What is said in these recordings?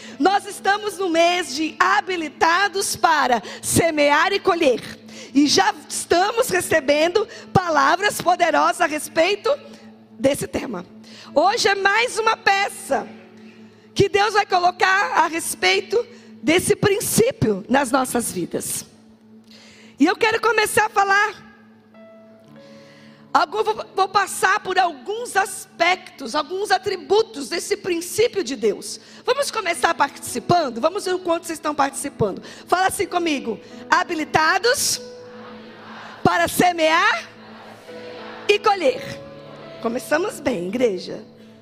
Nós estamos no mês de habilitados para semear e colher. E já estamos recebendo palavras poderosas a respeito desse tema. Hoje é mais uma peça que Deus vai colocar a respeito desse princípio nas nossas vidas. E eu quero começar a falar. Vou passar por alguns aspectos, alguns atributos desse princípio de Deus. Vamos começar participando? Vamos ver o quanto vocês estão participando. Fala assim comigo. Habilitados para semear e colher. Começamos bem, igreja.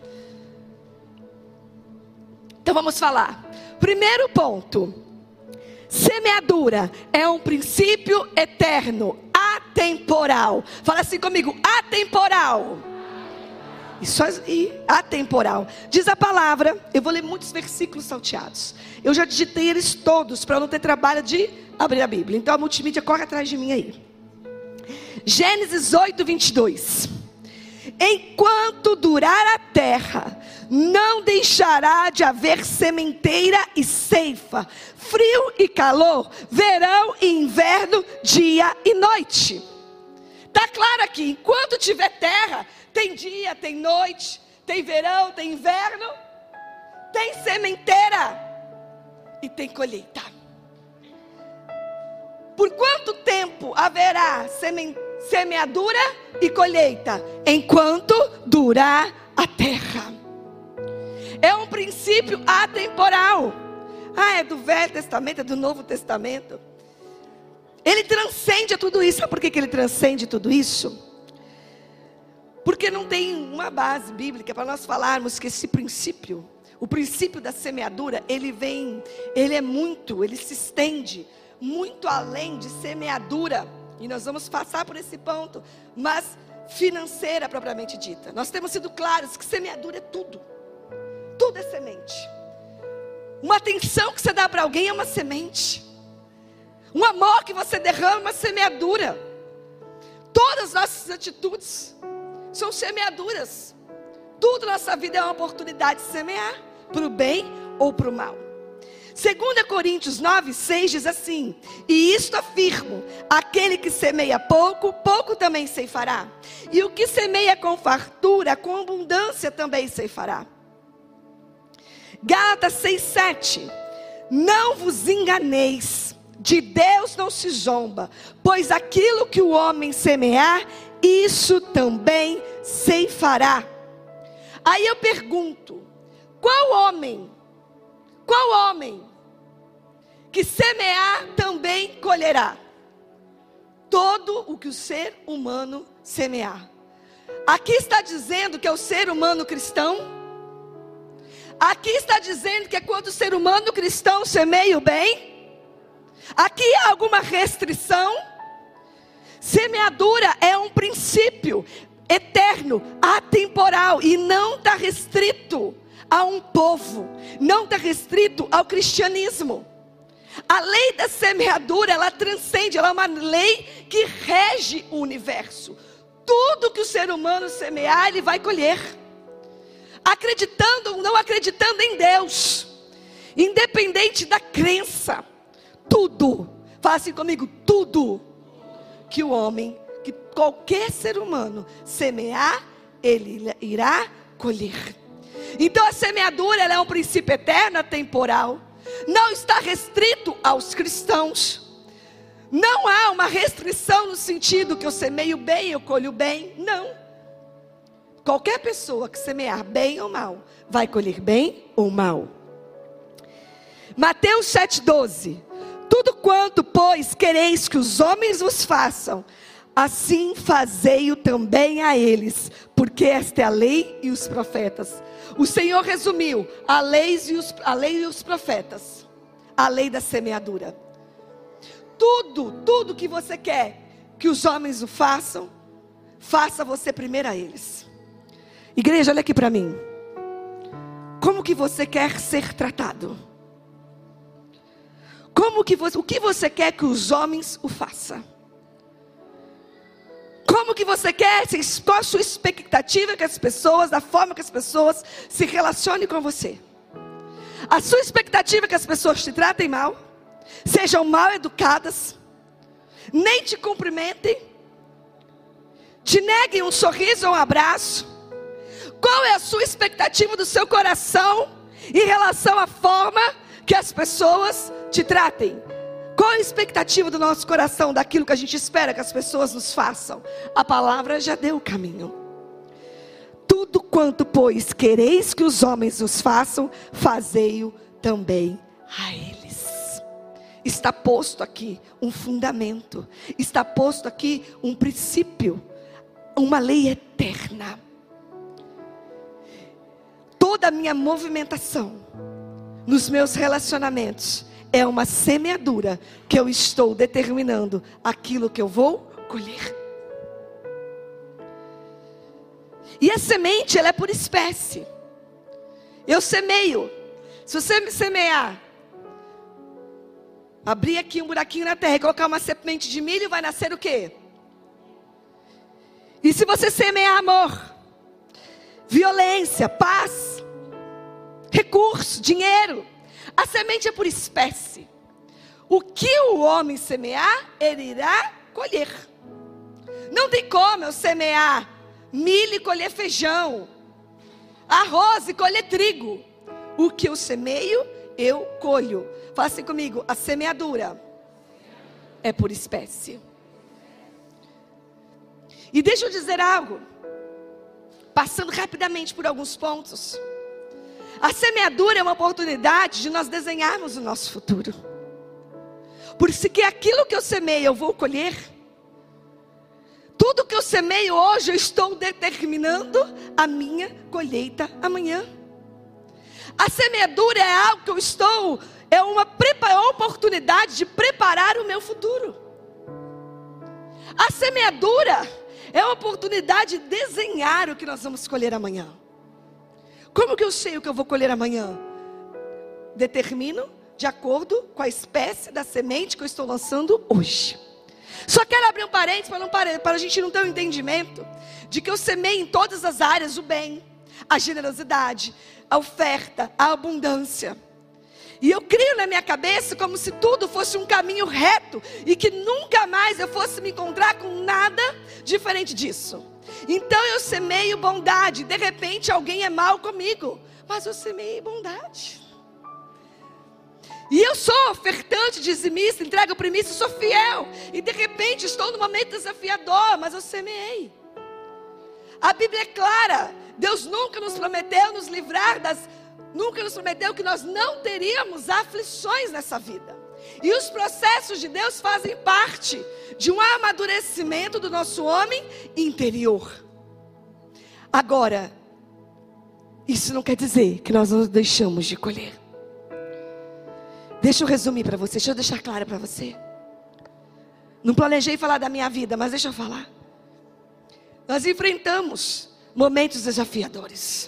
Então vamos falar. Primeiro ponto. Semeadura é um princípio eterno, atemporal. Fala assim comigo, atemporal. Isso aí, atemporal. Diz a palavra, eu vou ler muitos versículos salteados. Eu já digitei eles todos para eu não ter trabalho de abrir a Bíblia. Então a multimídia corre atrás de mim aí. Gênesis 8, 22. Enquanto durar a terra, não deixará de haver sementeira e ceifa, frio e calor, verão e inverno, dia e noite. Está claro aqui, enquanto tiver terra, tem dia, tem noite, tem verão, tem inverno, tem sementeira e tem colheita. Por quanto tempo haverá semeadura e colheita? Enquanto durar a terra. É um princípio atemporal. É do Velho Testamento, é do Novo Testamento. Ele transcende tudo isso. Sabe por que ele transcende tudo isso? Porque não tem uma base bíblica para nós falarmos que esse princípio, o princípio da semeadura, ele se estende muito além de semeadura. E nós vamos passar por esse ponto, mas financeira propriamente dita. Nós temos sido claros que semeadura é tudo. Tudo é semente. Uma atenção que você dá para alguém é uma semente. Um amor que você derrama é uma semeadura. Todas as nossas atitudes são semeaduras. Tudo na nossa vida é uma oportunidade de semear, para o bem ou para o mal. 2 Coríntios 9, 6 diz assim: e isto afirmo, aquele que semeia pouco, pouco também ceifará. E o que semeia com fartura, com abundância também ceifará. Gálatas 6, 7. Não vos enganeis, de Deus não se zomba, pois aquilo que o homem semear, isso também ceifará. Aí eu pergunto, qual homem que semear também colherá? Todo o que o ser humano semear. Aqui está dizendo que é o ser humano cristão. Aqui está dizendo que é quando o ser humano cristão semeia o bem. Aqui há alguma restrição? Semeadura é um princípio eterno, atemporal, e não está restrito a um povo, não está restrito ao cristianismo. A lei da semeadura, ela transcende, ela é uma lei que rege o universo. Tudo que o ser humano semear, ele vai colher. Acreditando ou não acreditando em Deus, independente da crença, tudo, fala assim comigo, tudo que o homem, que qualquer ser humano semear, ele irá colher. Então a semeadura, ela é um princípio eterno, atemporal, não está restrito aos cristãos. Não há uma restrição no sentido que eu semeio bem, eu colho bem, não. Qualquer pessoa que semear bem ou mal, vai colher bem ou mal. Mateus 7,12. Tudo quanto, pois, quereis que os homens vos façam, assim fazei-o também a eles, porque esta é a lei e os profetas. O Senhor resumiu a lei e os profetas, a lei da semeadura. Tudo que você quer que os homens o façam, faça você primeiro a eles. Igreja, olha aqui para mim. Como que você quer ser tratado? O que você quer que os homens o façam? Como que você quer, qual a sua expectativa que as pessoas, da forma que as pessoas se relacionem com você? A sua expectativa é que as pessoas te tratem mal, sejam mal educadas, nem te cumprimentem, te neguem um sorriso ou um abraço. Qual é a sua expectativa do seu coração em relação à forma que as pessoas te tratem? Qual é a expectativa do nosso coração daquilo que a gente espera que as pessoas nos façam? A palavra já deu o caminho. Tudo quanto, pois, quereis que os homens os façam, fazei-o também a eles. Está posto aqui um fundamento, está posto aqui um princípio, uma lei eterna. Toda a minha movimentação nos meus relacionamentos é uma semeadura que eu estou determinando aquilo que eu vou colher. E a semente, ela é por espécie. Eu semeio. Se você me semear, abrir aqui um buraquinho na terra e colocar uma semente de milho, vai nascer o quê? E se você semear amor, violência, paz, recurso, dinheiro, a semente é por espécie. O que o homem semear, ele irá colher. Não tem como eu semear milho e colher feijão, arroz e colher trigo. O que eu semeio, eu colho. Fala assim comigo, a semeadura é por espécie. E deixa eu dizer algo, passando rapidamente por alguns pontos. A semeadura é uma oportunidade de nós desenharmos o nosso futuro. Por isso que aquilo que eu semeio, eu vou colher. Tudo que eu semeio hoje, eu estou determinando a minha colheita amanhã. A semeadura é algo que eu estou, é uma oportunidade de preparar o meu futuro. A semeadura é uma oportunidade de desenhar o que nós vamos colher amanhã. Como que eu sei o que eu vou colher amanhã? Determino de acordo com a espécie da semente que eu estou lançando hoje. Só quero abrir um parênteses para a gente não ter um entendimento de que eu semeio em todas as áreas o bem, a generosidade, a oferta, a abundância. E eu crio na minha cabeça como se tudo fosse um caminho reto e que nunca mais eu fosse me encontrar com nada diferente disso. Então eu semeio bondade. De repente alguém é mal comigo, mas eu semeei bondade. E eu sou ofertante, dizimista, entrego primícia, sou fiel. E de repente estou num momento desafiador, mas eu semeei. A Bíblia é clara. Deus nunca nos prometeu nos livrar nunca nos prometeu que nós não teríamos aflições nessa vida. E os processos de Deus fazem parte de um amadurecimento do nosso homem interior. Agora, isso não quer dizer que nós não deixamos de colher. Deixa eu resumir para você, deixa eu deixar claro para você. Não planejei falar da minha vida, mas deixa eu falar. Nós enfrentamos momentos desafiadores.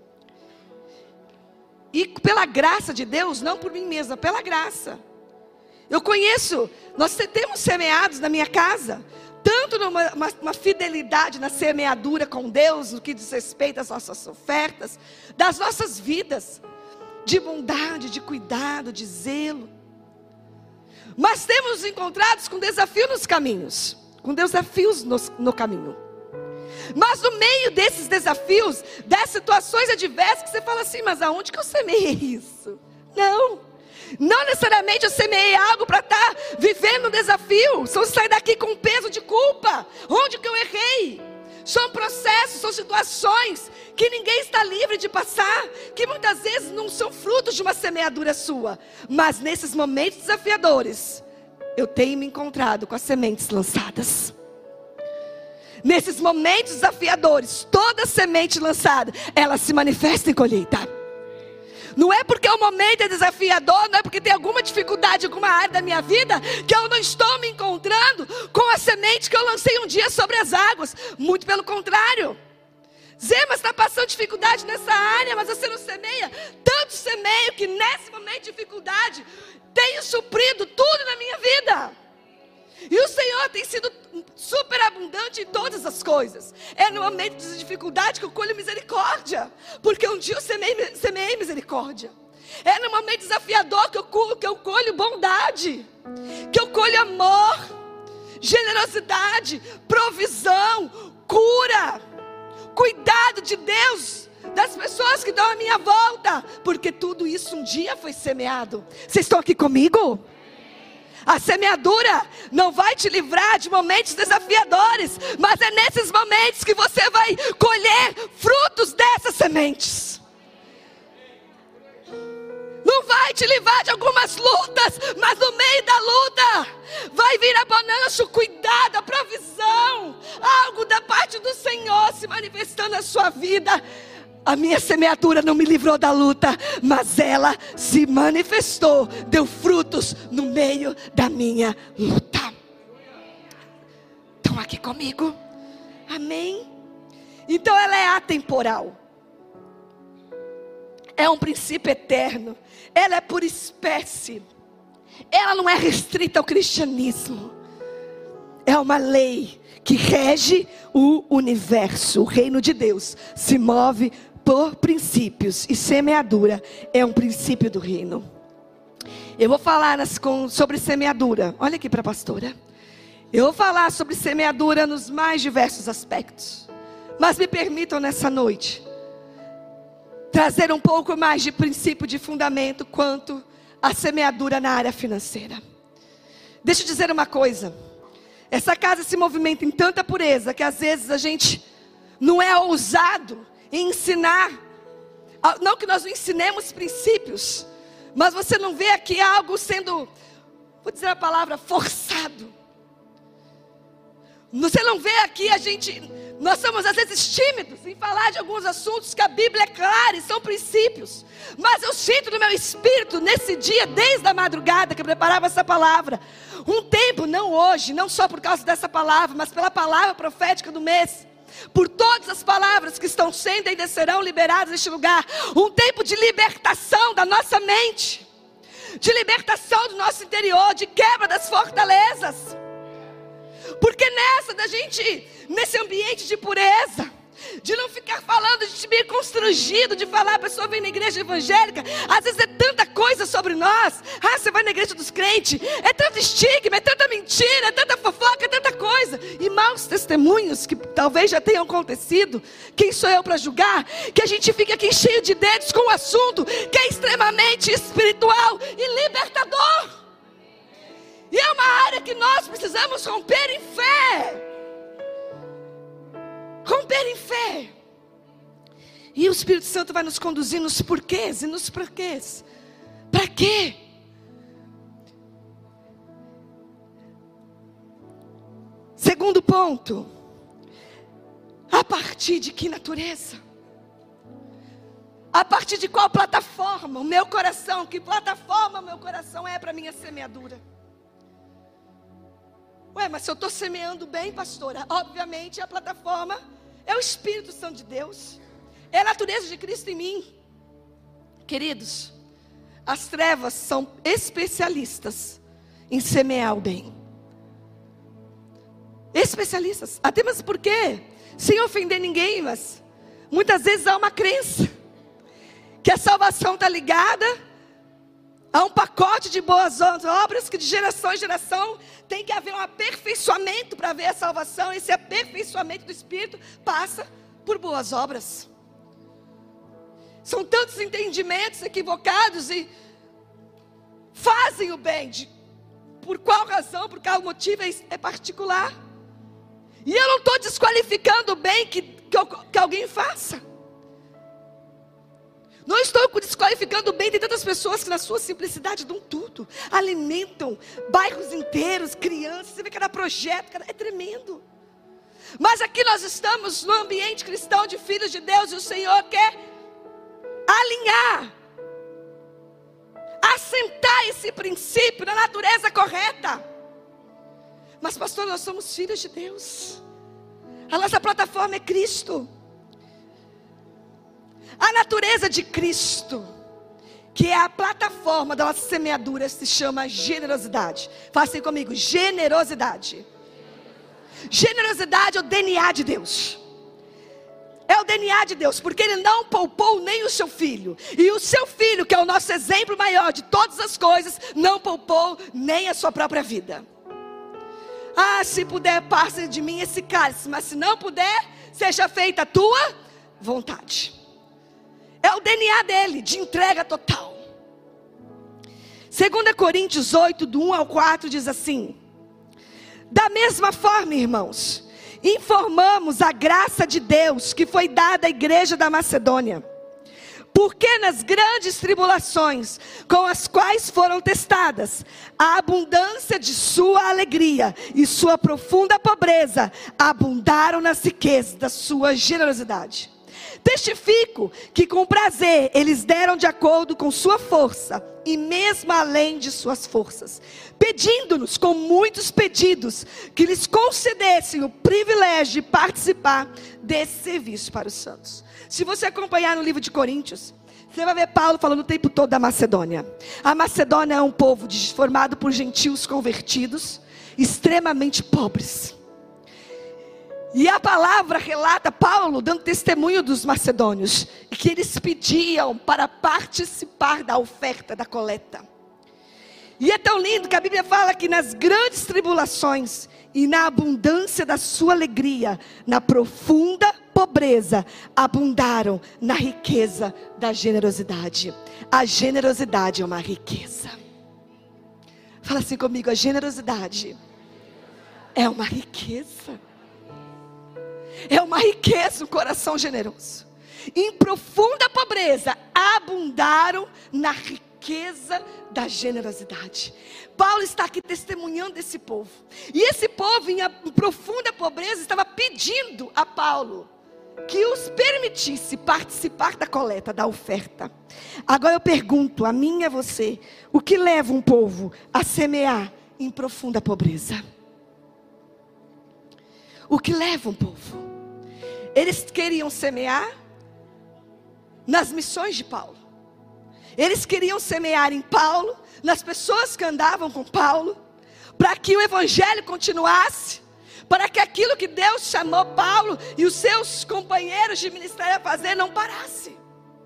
E pela graça de Deus, não por mim mesma, pela graça. Eu conheço, nós temos semeados na minha casa, tanto numa fidelidade na semeadura com Deus, no que diz respeito às nossas ofertas, das nossas vidas, de bondade, de cuidado, de zelo. Mas temos nos encontrados com desafios nos caminhos, com desafios no caminho. Mas no meio desses desafios, das situações adversas, que você fala assim, mas aonde que eu semeei isso? Não necessariamente eu semeei algo para estar vivendo um desafio. Se eu sair daqui com um peso de culpa, onde que eu errei? São processos, são situações que ninguém está livre de passar, que muitas vezes não são frutos de uma semeadura sua. Mas nesses momentos desafiadores, eu tenho me encontrado com as sementes lançadas. Nesses momentos desafiadores, toda semente lançada, ela se manifesta em colheita. Não é porque o momento é desafiador, não é porque tem alguma dificuldade em alguma área da minha vida, que eu não estou me encontrando com a semente que eu lancei um dia sobre as águas. Muito pelo contrário. Zé, mas está passando dificuldade nessa área, mas você não semeia. Tanto semeio que nesse momento de dificuldade, tenho suprido tudo na minha vida. E o Senhor tem sido super abundante em todas as coisas. É no momento de dificuldade que eu colho misericórdia. Porque um dia eu semeei misericórdia. É no momento desafiador que eu colho bondade, que eu colho amor, generosidade, provisão, cura, cuidado de Deus, das pessoas que estão à minha volta, porque tudo isso um dia foi semeado. Vocês estão aqui comigo? A semeadura não vai te livrar de momentos desafiadores, mas é nesses momentos que você vai colher frutos dessas sementes. Não vai te livrar de algumas lutas, mas no meio da luta vai vir a bonança, o cuidado, a provisão, algo da parte do Senhor se manifestando na sua vida. A minha semeadura não me livrou da luta, mas ela se manifestou, deu frutos no meio da minha luta. Estão aqui comigo? Amém? Então ela é atemporal. É um princípio eterno. Ela é por espécie. Ela não é restrita ao cristianismo. É uma lei que rege o universo. O reino de Deus se move por princípios. E semeadura é um princípio do reino. Eu vou falar sobre semeadura. Olha aqui para a pastora. Eu vou falar sobre semeadura nos mais diversos aspectos. Mas me permitam nessa noite trazer um pouco mais de princípio de fundamento quanto à semeadura na área financeira. Deixa eu dizer uma coisa. Essa casa se movimenta em tanta pureza que às vezes a gente não é ousado em ensinar. Não que nós não ensinemos princípios, mas você não vê aqui algo sendo, vou dizer a palavra, forçado. Você não vê aqui nós somos às vezes tímidos em falar de alguns assuntos que a Bíblia é clara e são princípios. Mas eu sinto no meu espírito, nesse dia, desde a madrugada que eu preparava essa palavra, um tempo, não hoje, não só por causa dessa palavra, mas pela palavra profética do mês, por todas as palavras que estão sendo e ainda serão liberadas neste lugar, um tempo de libertação da nossa mente, de libertação do nosso interior, de quebra das fortalezas. Porque nesse ambiente de pureza, de não ficar falando, de te meio constrangido, de falar, a pessoa vem na igreja evangélica, às vezes é tanta coisa sobre nós. Você vai na igreja dos crentes, é tanto estigma, é tanta mentira, é tanta fofoca, é tanta coisa, e maus testemunhos que talvez já tenham acontecido. Quem sou eu para julgar? Que a gente fica aqui cheio de dedos com um assunto que é extremamente espiritual e libertador. E é uma área que nós precisamos romper em fé. Romper em fé. E o Espírito Santo vai nos conduzir nos porquês e nos porquês. Para quê? Segundo ponto. A partir de que natureza? A partir de qual plataforma? O meu coração. Que plataforma o meu coração é para a minha semeadura? Mas se eu estou semeando bem, pastora, obviamente a plataforma é o Espírito Santo de Deus, é a natureza de Cristo em mim. Queridos, as trevas são especialistas em semear o bem. Especialistas. Até mas por quê? Sem ofender ninguém, mas muitas vezes há uma crença que a salvação está ligada há um pacote de boas obras que de geração em geração tem que haver um aperfeiçoamento para ver a salvação. Esse aperfeiçoamento do Espírito passa por boas obras. São tantos entendimentos equivocados e fazem o bem. Por qual razão, por qual motivo é particular. E eu não estou desqualificando o bem que alguém faça. Não estou desqualificando o bem. Tem tantas pessoas que na sua simplicidade dão tudo. Alimentam bairros inteiros, crianças. Você vê cada projeto, é tremendo. Mas aqui nós estamos no ambiente cristão de filhos de Deus. E o Senhor quer alinhar, assentar esse princípio na natureza correta. Mas pastor, nós somos filhos de Deus. A nossa plataforma é Cristo. A natureza de Cristo, que é a plataforma da nossa semeadura, se chama generosidade. Faça assim comigo, generosidade. Generosidade é o DNA de Deus. É o DNA de Deus, porque Ele não poupou nem o seu filho. E o seu filho, que é o nosso exemplo maior de todas as coisas, não poupou nem a sua própria vida. Ah, se puder, passe de mim esse cálice, mas se não puder, seja feita a tua vontade. É o DNA dele, de entrega total. 2 Coríntios 8, do 1 ao 4, diz assim: da mesma forma, irmãos, informamos a graça de Deus que foi dada à igreja da Macedônia. Porque nas grandes tribulações com as quais foram testadas, a abundância de sua alegria e sua profunda pobreza abundaram nas riquezas da sua generosidade. Testifico que com prazer eles deram de acordo com sua força, e mesmo além de suas forças, pedindo-nos com muitos pedidos, que lhes concedessem o privilégio de participar desse serviço para os santos. Se você acompanhar no livro de Coríntios, você vai ver Paulo falando o tempo todo da Macedônia. A Macedônia é um povo formado por gentios convertidos, extremamente pobres. E a palavra relata Paulo dando testemunho dos macedônios, que eles pediam para participar da oferta, da coleta. E é tão lindo que a Bíblia fala que nas grandes tribulações e na abundância da sua alegria, na profunda pobreza, abundaram na riqueza da generosidade. A generosidade é uma riqueza. Fala assim comigo: a generosidade é uma riqueza. É uma riqueza o coração generoso. Em profunda pobreza, abundaram na riqueza da generosidade. Paulo está aqui testemunhando esse povo. E esse povo, em profunda pobreza, estava pedindo a Paulo que os permitisse participar da coleta, da oferta. Agora eu pergunto a mim e a você: o que leva um povo a semear em profunda pobreza? O que leva um povo? Eles queriam semear nas missões de Paulo. Eles queriam semear em Paulo, nas pessoas que andavam com Paulo, para que o evangelho continuasse, para que aquilo que Deus chamou Paulo e os seus companheiros de ministério a fazer não parasse.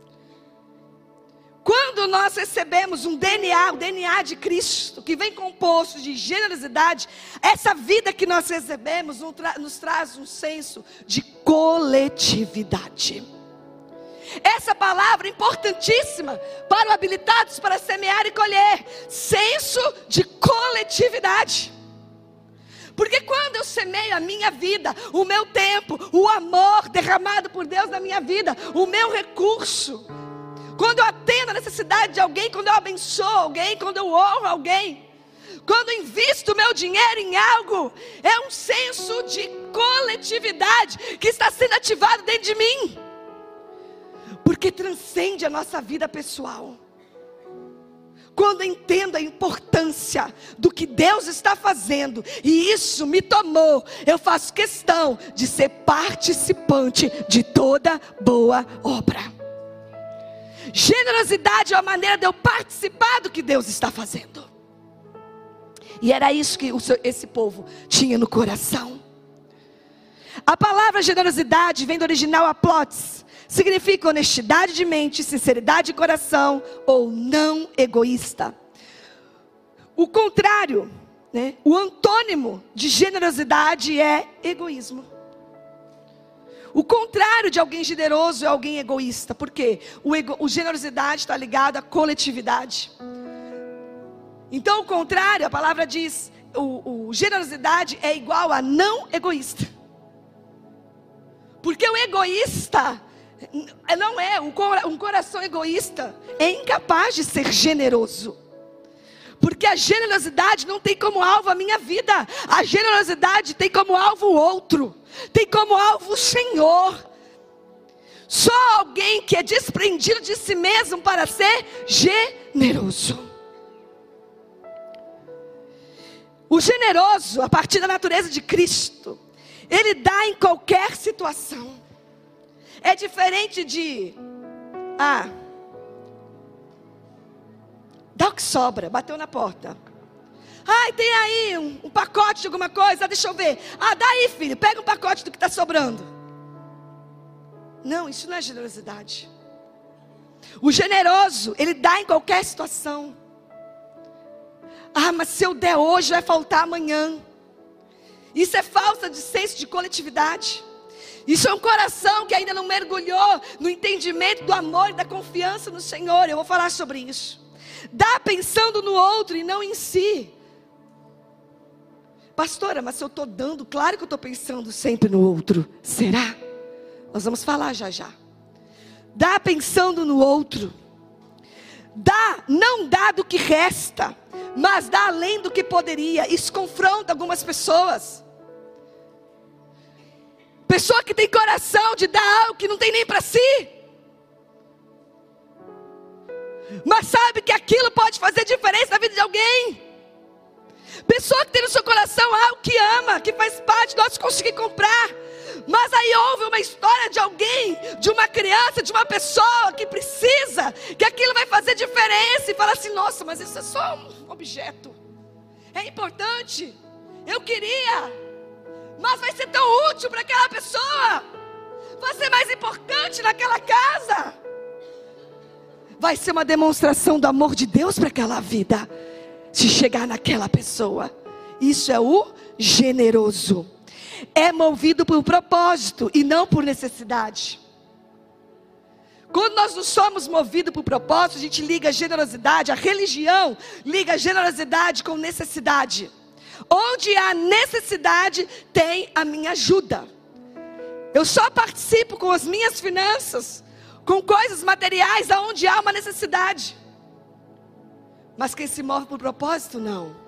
Quando nós recebemos um DNA, o DNA de Cristo, que vem composto de generosidade, essa vida que nós recebemos nos traz um senso de coletividade. Essa palavra é importantíssima para o habilitados para semear e colher. Senso de coletividade. Porque quando eu semeio a minha vida, o meu tempo, o amor derramado por Deus na minha vida, o meu recurso, quando eu atendo a necessidade de alguém, quando eu abençoo alguém, quando eu honro alguém, quando eu invisto o meu dinheiro em algo, é um senso de coletividade que está sendo ativado dentro de mim. Porque transcende a nossa vida pessoal. Quando eu entendo a importância do que Deus está fazendo, e isso me tomou, eu faço questão de ser participante de toda boa obra. Generosidade é a maneira de eu participar do que Deus está fazendo. E era isso que esse povo tinha no coração. A palavra generosidade vem do original aplotes. Significa honestidade de mente, sinceridade de coração ou não egoísta. O contrário, né? O antônimo de generosidade é egoísmo. O contrário de alguém generoso é alguém egoísta. Por quê? O generosidade está ligado à coletividade. Então o contrário, a palavra diz, o generosidade é igual a não egoísta. Porque o egoísta não é, um coração egoísta é incapaz de ser generoso. Porque a generosidade não tem como alvo a minha vida. A generosidade tem como alvo o outro. Tem como alvo o Senhor. Só alguém que é desprendido de si mesmo para ser generoso. O generoso, a partir da natureza de Cristo, ele dá em qualquer situação. É diferente de dá o que sobra, bateu na porta. Ai, tem aí um pacote de alguma coisa, deixa eu ver. Dá aí, filho, pega um pacote do que está sobrando. Não, isso não é generosidade. O generoso, ele dá em qualquer situação. Ah, mas se eu der hoje, vai faltar amanhã. Isso é falta de senso de coletividade. Isso é um coração que ainda não mergulhou no entendimento do amor e da confiança no Senhor. Eu vou falar sobre isso. Dá pensando no outro e não em si. Pastora, mas se eu estou dando, claro que eu estou pensando sempre no outro. Será? Nós vamos falar já já. Dá pensando no outro. Dá, não dá do que resta, mas dá além do que poderia. Isso confronta algumas pessoas. Pessoa que tem coração de dar algo que não tem nem para si. Mas sabe que aquilo pode fazer diferença na vida de alguém. Pessoa que tem no seu coração algo que ama, que faz parte, nós conseguir comprar. Mas aí houve uma história de alguém, de uma criança, de uma pessoa que precisa, que aquilo vai fazer diferença. E fala assim, nossa, mas isso é só um objeto. É importante, eu queria, mas vai ser tão útil para aquela pessoa. Vai ser mais importante naquela casa. Vai ser uma demonstração do amor de Deus para aquela vida, se chegar naquela pessoa. Isso é o generoso. É movido por propósito e não por necessidade. Quando nós não somos movidos por propósito, a gente liga a generosidade, a religião liga a generosidade com necessidade. Onde há necessidade, tem a minha ajuda. Eu só participo com as minhas finanças, com coisas materiais, aonde há uma necessidade. Mas quem se move por propósito, não.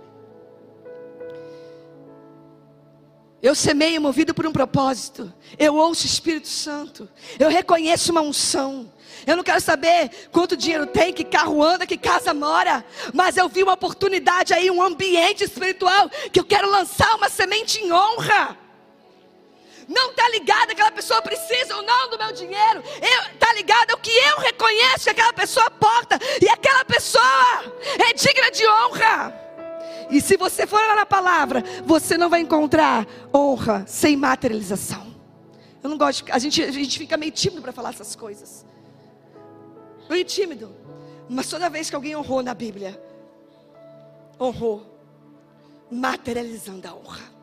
Eu semeio movido por um propósito. Eu ouço o Espírito Santo. Eu reconheço uma unção. Eu não quero saber quanto dinheiro tem, que carro anda, que casa mora. Mas eu vi uma oportunidade aí, um ambiente espiritual, que eu quero lançar uma semente em honra. Não está ligado a aquela pessoa precisa ou não do meu dinheiro. Está ligado ao que eu reconheço que aquela pessoa porta. E aquela pessoa é digna de honra. E se você for lá na palavra, você não vai encontrar honra sem materialização. Eu não gosto, a gente fica meio tímido para falar essas coisas. Meio tímido. Mas toda vez que alguém honrou na Bíblia, honrou, materializando a honra.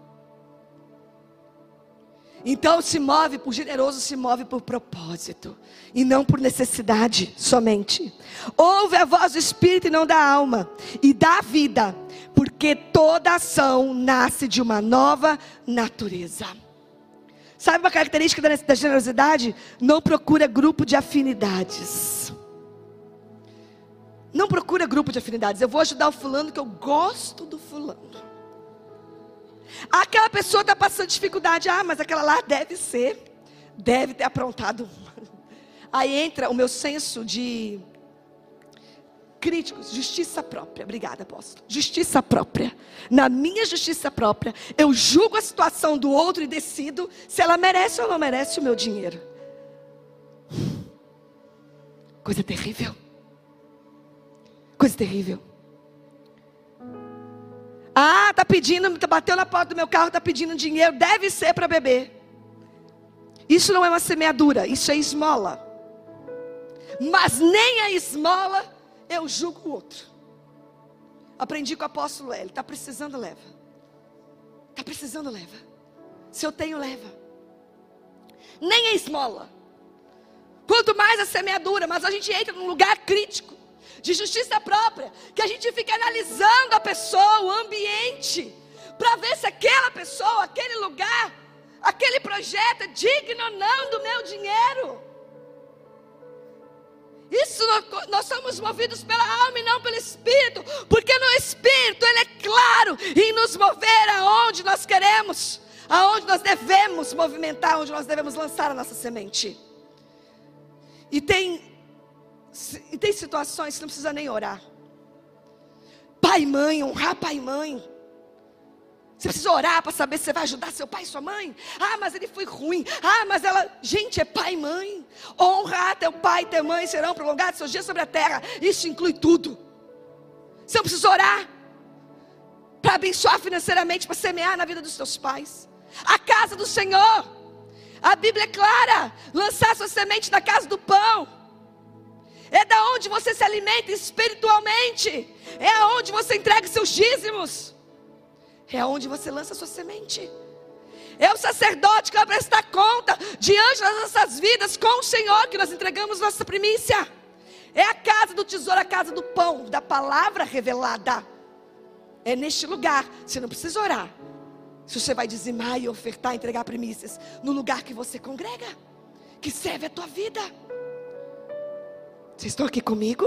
Então se move por generoso, se move por propósito. E não por necessidade somente. Ouve a voz do Espírito e não da alma. E dá vida. Porque toda ação nasce de uma nova natureza. Sabe uma característica da generosidade? Não procura grupo de afinidades. Não procura grupo de afinidades. Eu vou ajudar o fulano que eu gosto do fulano. Aquela pessoa está passando dificuldade. Ah, mas aquela lá deve ter aprontado. Aí entra o meu senso de críticos, justiça própria. Obrigada, apóstolo. Justiça própria. Na minha justiça própria, eu julgo a situação do outro e decido se ela merece ou não merece o meu dinheiro. Coisa terrível. Coisa terrível. Ah, bateu na porta do meu carro, está pedindo dinheiro, deve ser para beber. Isso não é uma semeadura, isso é esmola. Mas nem a esmola eu julgo o outro. Aprendi com o apóstolo Hélio, está precisando, leva. Está precisando, leva. Se eu tenho, leva. Nem a esmola. Quanto mais a semeadura, mas a gente entra num lugar crítico, de justiça própria, que a gente fica analisando a pessoa, o ambiente, para ver se aquela pessoa, aquele lugar, aquele projeto é digno ou não do meu dinheiro. Isso nós somos movidos pela alma e não pelo Espírito, porque no Espírito Ele é claro em nos mover aonde nós queremos, aonde nós devemos movimentar, onde nós devemos lançar a nossa semente. E tem situações que não precisa nem orar. Pai e mãe, honrar pai e mãe. Você precisa orar para saber se você vai ajudar seu pai e sua mãe. Ah, mas ele foi ruim. Ah, mas ela... Gente, é pai e mãe. Honrar teu pai e tua mãe serão prolongados seus dias sobre a terra. Isso inclui tudo. Você não precisa orar para abençoar financeiramente, para semear na vida dos seus pais. A casa do Senhor. A Bíblia é clara: lançar sua semente na casa do pão. É da onde você se alimenta espiritualmente. É aonde você entrega seus dízimos. É aonde você lança sua semente. É o sacerdote que vai prestar conta diante das nossas vidas com o Senhor, que nós entregamos nossa primícia. É a casa do tesouro, a casa do pão, da palavra revelada. É neste lugar. Você não precisa orar. Se você vai dizimar e ofertar, entregar primícias, no lugar que você congrega, que serve a tua vida. Vocês estão aqui comigo?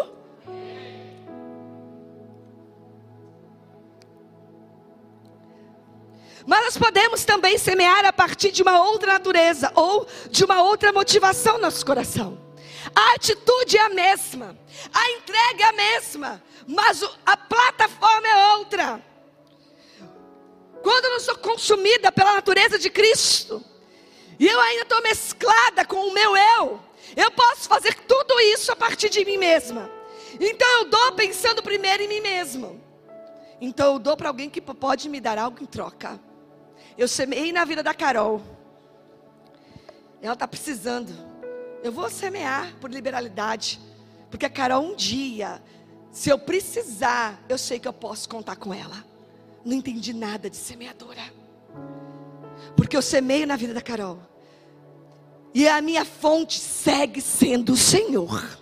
Mas nós podemos também semear a partir de uma outra natureza, ou de uma outra motivação no nosso coração. A atitude é a mesma, a entrega é a mesma, mas a plataforma é outra. Quando eu não sou consumida pela natureza de Cristo, e eu ainda estou mesclada com o meu eu posso fazer tudo isso a partir de mim mesma. Então eu dou pensando primeiro em mim mesma. Então eu dou para alguém que pode me dar algo em troca. Eu semeei na vida da Carol. Ela está precisando. Eu vou semear por liberalidade. Porque a Carol um dia, se eu precisar, eu sei que eu posso contar com ela. Não entendi nada de semeadora. Porque eu semeio na vida da Carol. E a minha fonte segue sendo o Senhor.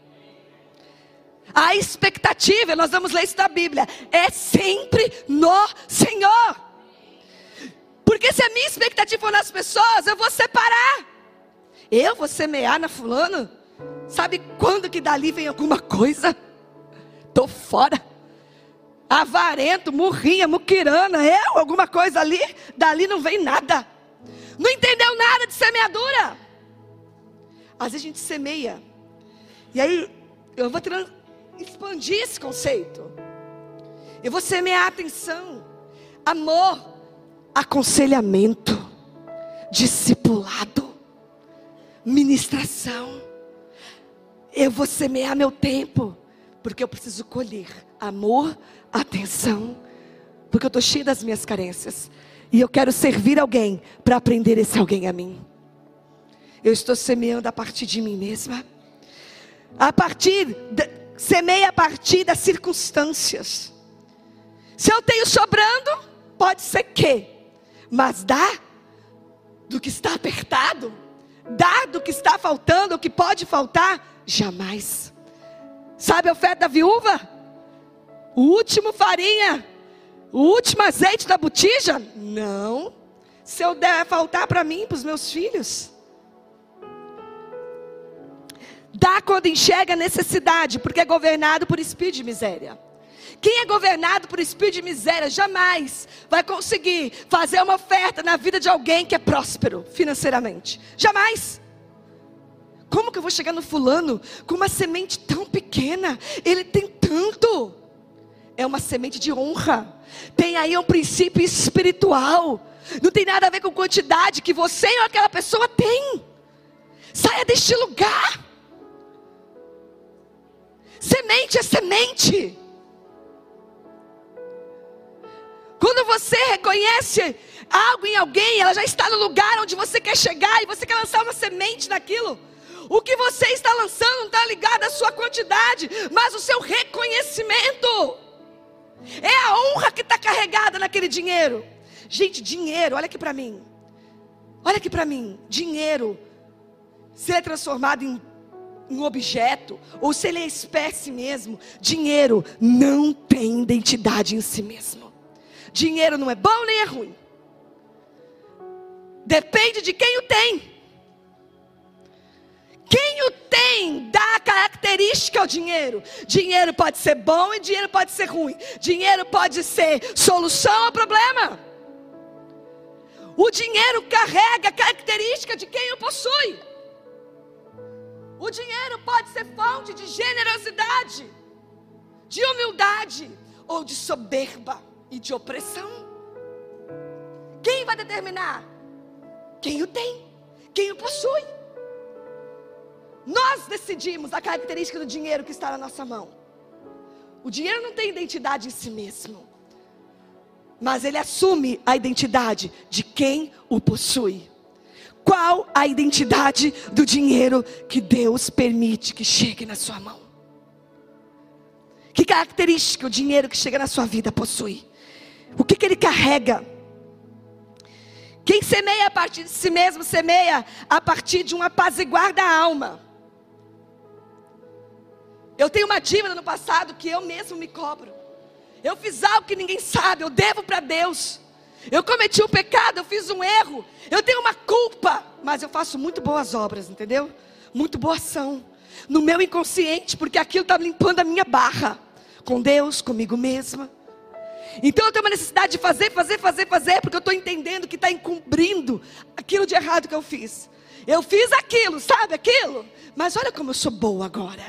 A expectativa, nós vamos ler isso na Bíblia, é sempre no Senhor. Porque se a minha expectativa for nas pessoas, eu vou separar. Eu vou semear na fulana. Sabe quando que dali vem alguma coisa? Tô fora. Avarento, murrinha, muquirana, alguma coisa ali, dali não vem nada. Não entendeu nada de semeadura. Às vezes a gente semeia. E aí, eu vou expandir esse conceito. Eu vou semear atenção, amor, aconselhamento, discipulado, ministração. Eu vou semear meu tempo, porque eu preciso colher amor, atenção, porque eu estou cheia das minhas carências. E eu quero servir alguém para aprender esse alguém a mim. Eu estou semeando a partir de mim mesma. Semeia a partir das circunstâncias. Se eu tenho sobrando, pode ser que. Mas dá do que está apertado. Dá do que está faltando, o que pode faltar, jamais. Sabe a oferta da viúva? O último farinha, o último azeite da botija? Não. Se eu der faltar para mim, para os meus filhos. Dá quando enxerga a necessidade, porque é governado por espírito de miséria. Quem é governado por espírito de miséria jamais vai conseguir fazer uma oferta na vida de alguém que é próspero financeiramente. Jamais. Como que eu vou chegar no fulano com uma semente tão pequena? Ele tem tanto. É uma semente de honra. Tem aí um princípio espiritual. Não tem nada a ver com quantidade que você ou aquela pessoa tem. Saia deste lugar. Semente é semente. Quando você reconhece algo em alguém, ela já está no lugar onde você quer chegar e você quer lançar uma semente naquilo. O que você está lançando não está ligado à sua quantidade, mas o seu reconhecimento. É a honra que está carregada naquele dinheiro. Gente, dinheiro, olha aqui para mim. Olha aqui para mim. Dinheiro, se ele é transformado em um objeto, ou se ele é espécie mesmo, dinheiro não tem identidade em si mesmo. Dinheiro não é bom nem é ruim. Depende de quem o tem. Quem o tem dá característica ao dinheiro. Dinheiro pode ser bom e dinheiro pode ser ruim. Dinheiro pode ser solução ao problema. O dinheiro carrega a característica de quem o possui. O dinheiro pode ser fonte de generosidade, de humildade ou de soberba e de opressão. Quem vai determinar? Quem o tem, quem o possui. Nós decidimos a característica do dinheiro que está na nossa mão. O dinheiro não tem identidade em si mesmo, mas ele assume a identidade de quem o possui. Qual a identidade do dinheiro que Deus permite que chegue na sua mão? Que característica o dinheiro que chega na sua vida possui? O que ele carrega? Quem semeia a partir de si mesmo, semeia a partir de um apaziguar da alma. Eu tenho uma dívida no passado que eu mesmo me cobro. Eu fiz algo que ninguém sabe, eu devo para Deus. Eu cometi um pecado, eu fiz um erro. Eu tenho uma culpa, mas eu faço muito boas obras, entendeu? Muito boa ação. No meu inconsciente, porque aquilo está limpando a minha barra. Com Deus, comigo mesma. Então eu tenho uma necessidade de fazer, porque eu estou entendendo que está encobrindo aquilo de errado que eu fiz. Eu fiz aquilo, sabe aquilo? Mas olha como eu sou boa agora.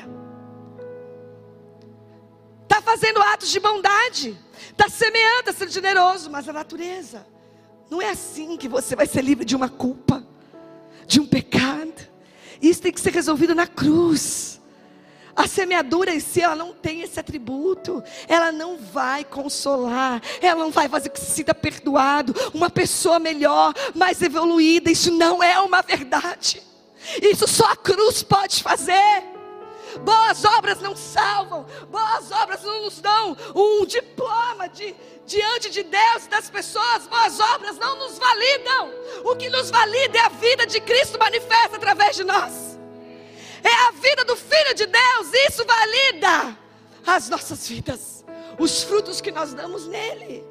Está fazendo atos de bondade. Está semeando, está sendo generoso. Mas a natureza, não é assim que você vai ser livre de uma culpa, de um pecado. Isso tem que ser resolvido na cruz. A semeadura em si, ela não tem esse atributo. Ela não vai consolar. Ela não vai fazer que se sinta perdoado. Uma pessoa melhor, mais evoluída. Isso não é uma verdade. Isso só a cruz pode fazer. Boas obras não salvam. Boas obras não nos dão um diploma diante de Deus e das pessoas. Boas obras não nos validam. O que nos valida é a vida de Cristo manifesta através de nós. É a vida do Filho de Deus. Isso valida as nossas vidas, os frutos que nós damos nele.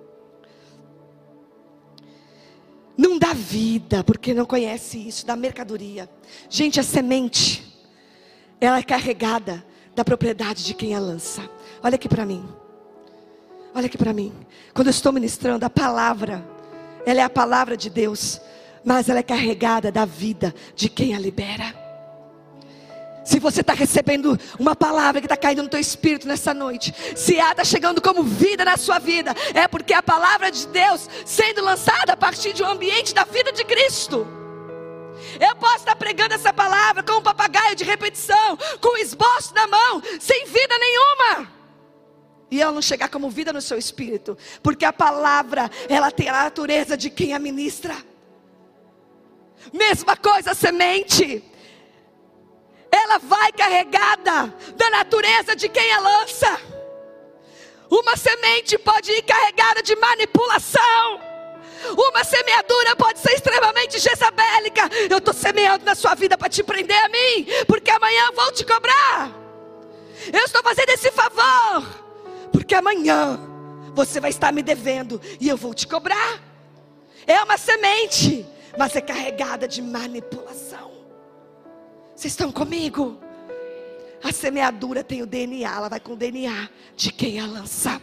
Não dá vida porque não conhece isso, da mercadoria. Gente, a semente, ela é carregada da propriedade de quem a lança. Olha aqui para mim. Olha aqui para mim. Quando eu estou ministrando a palavra, ela é a palavra de Deus, mas ela é carregada da vida de quem a libera. Se você está recebendo uma palavra que está caindo no teu espírito nessa noite, se ela está chegando como vida na sua vida, é porque a palavra de Deus sendo lançada a partir de um ambiente da vida de Cristo. Eu posso estar pregando essa palavra com um papagaio de repetição, com um esboço na mão, sem vida nenhuma, e ela não chegar como vida no seu espírito, porque a palavra, ela tem a natureza de quem a ministra. Mesma coisa a semente, ela vai carregada da natureza de quem a lança. Uma semente pode ir carregada de manipulação. Uma semeadura pode ser extremamente jezabélica. Eu estou semeando na sua vida para te prender a mim, porque amanhã eu vou te cobrar. Eu estou fazendo esse favor, porque amanhã você vai estar me devendo e eu vou te cobrar. É uma semente, mas é carregada de manipulação. Vocês estão comigo? A semeadura tem o DNA, ela vai com o DNA de quem a lança.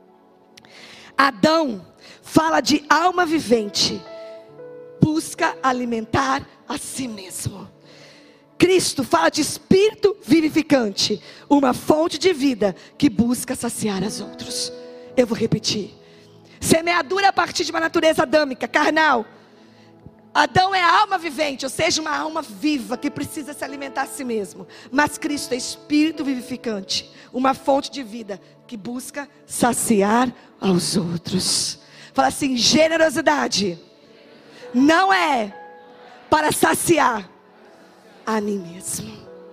Adão fala de alma vivente, busca alimentar a si mesmo. Cristo fala de espírito vivificante, uma fonte de vida que busca saciar as outros. Eu vou repetir. Semeadura a partir de uma natureza adâmica, carnal. Adão é a alma vivente, ou seja, uma alma viva que precisa se alimentar a si mesmo. Mas Cristo é espírito vivificante, uma fonte de vida que busca saciar aos outros. Fala assim: generosidade não é para saciar a mim mesmo.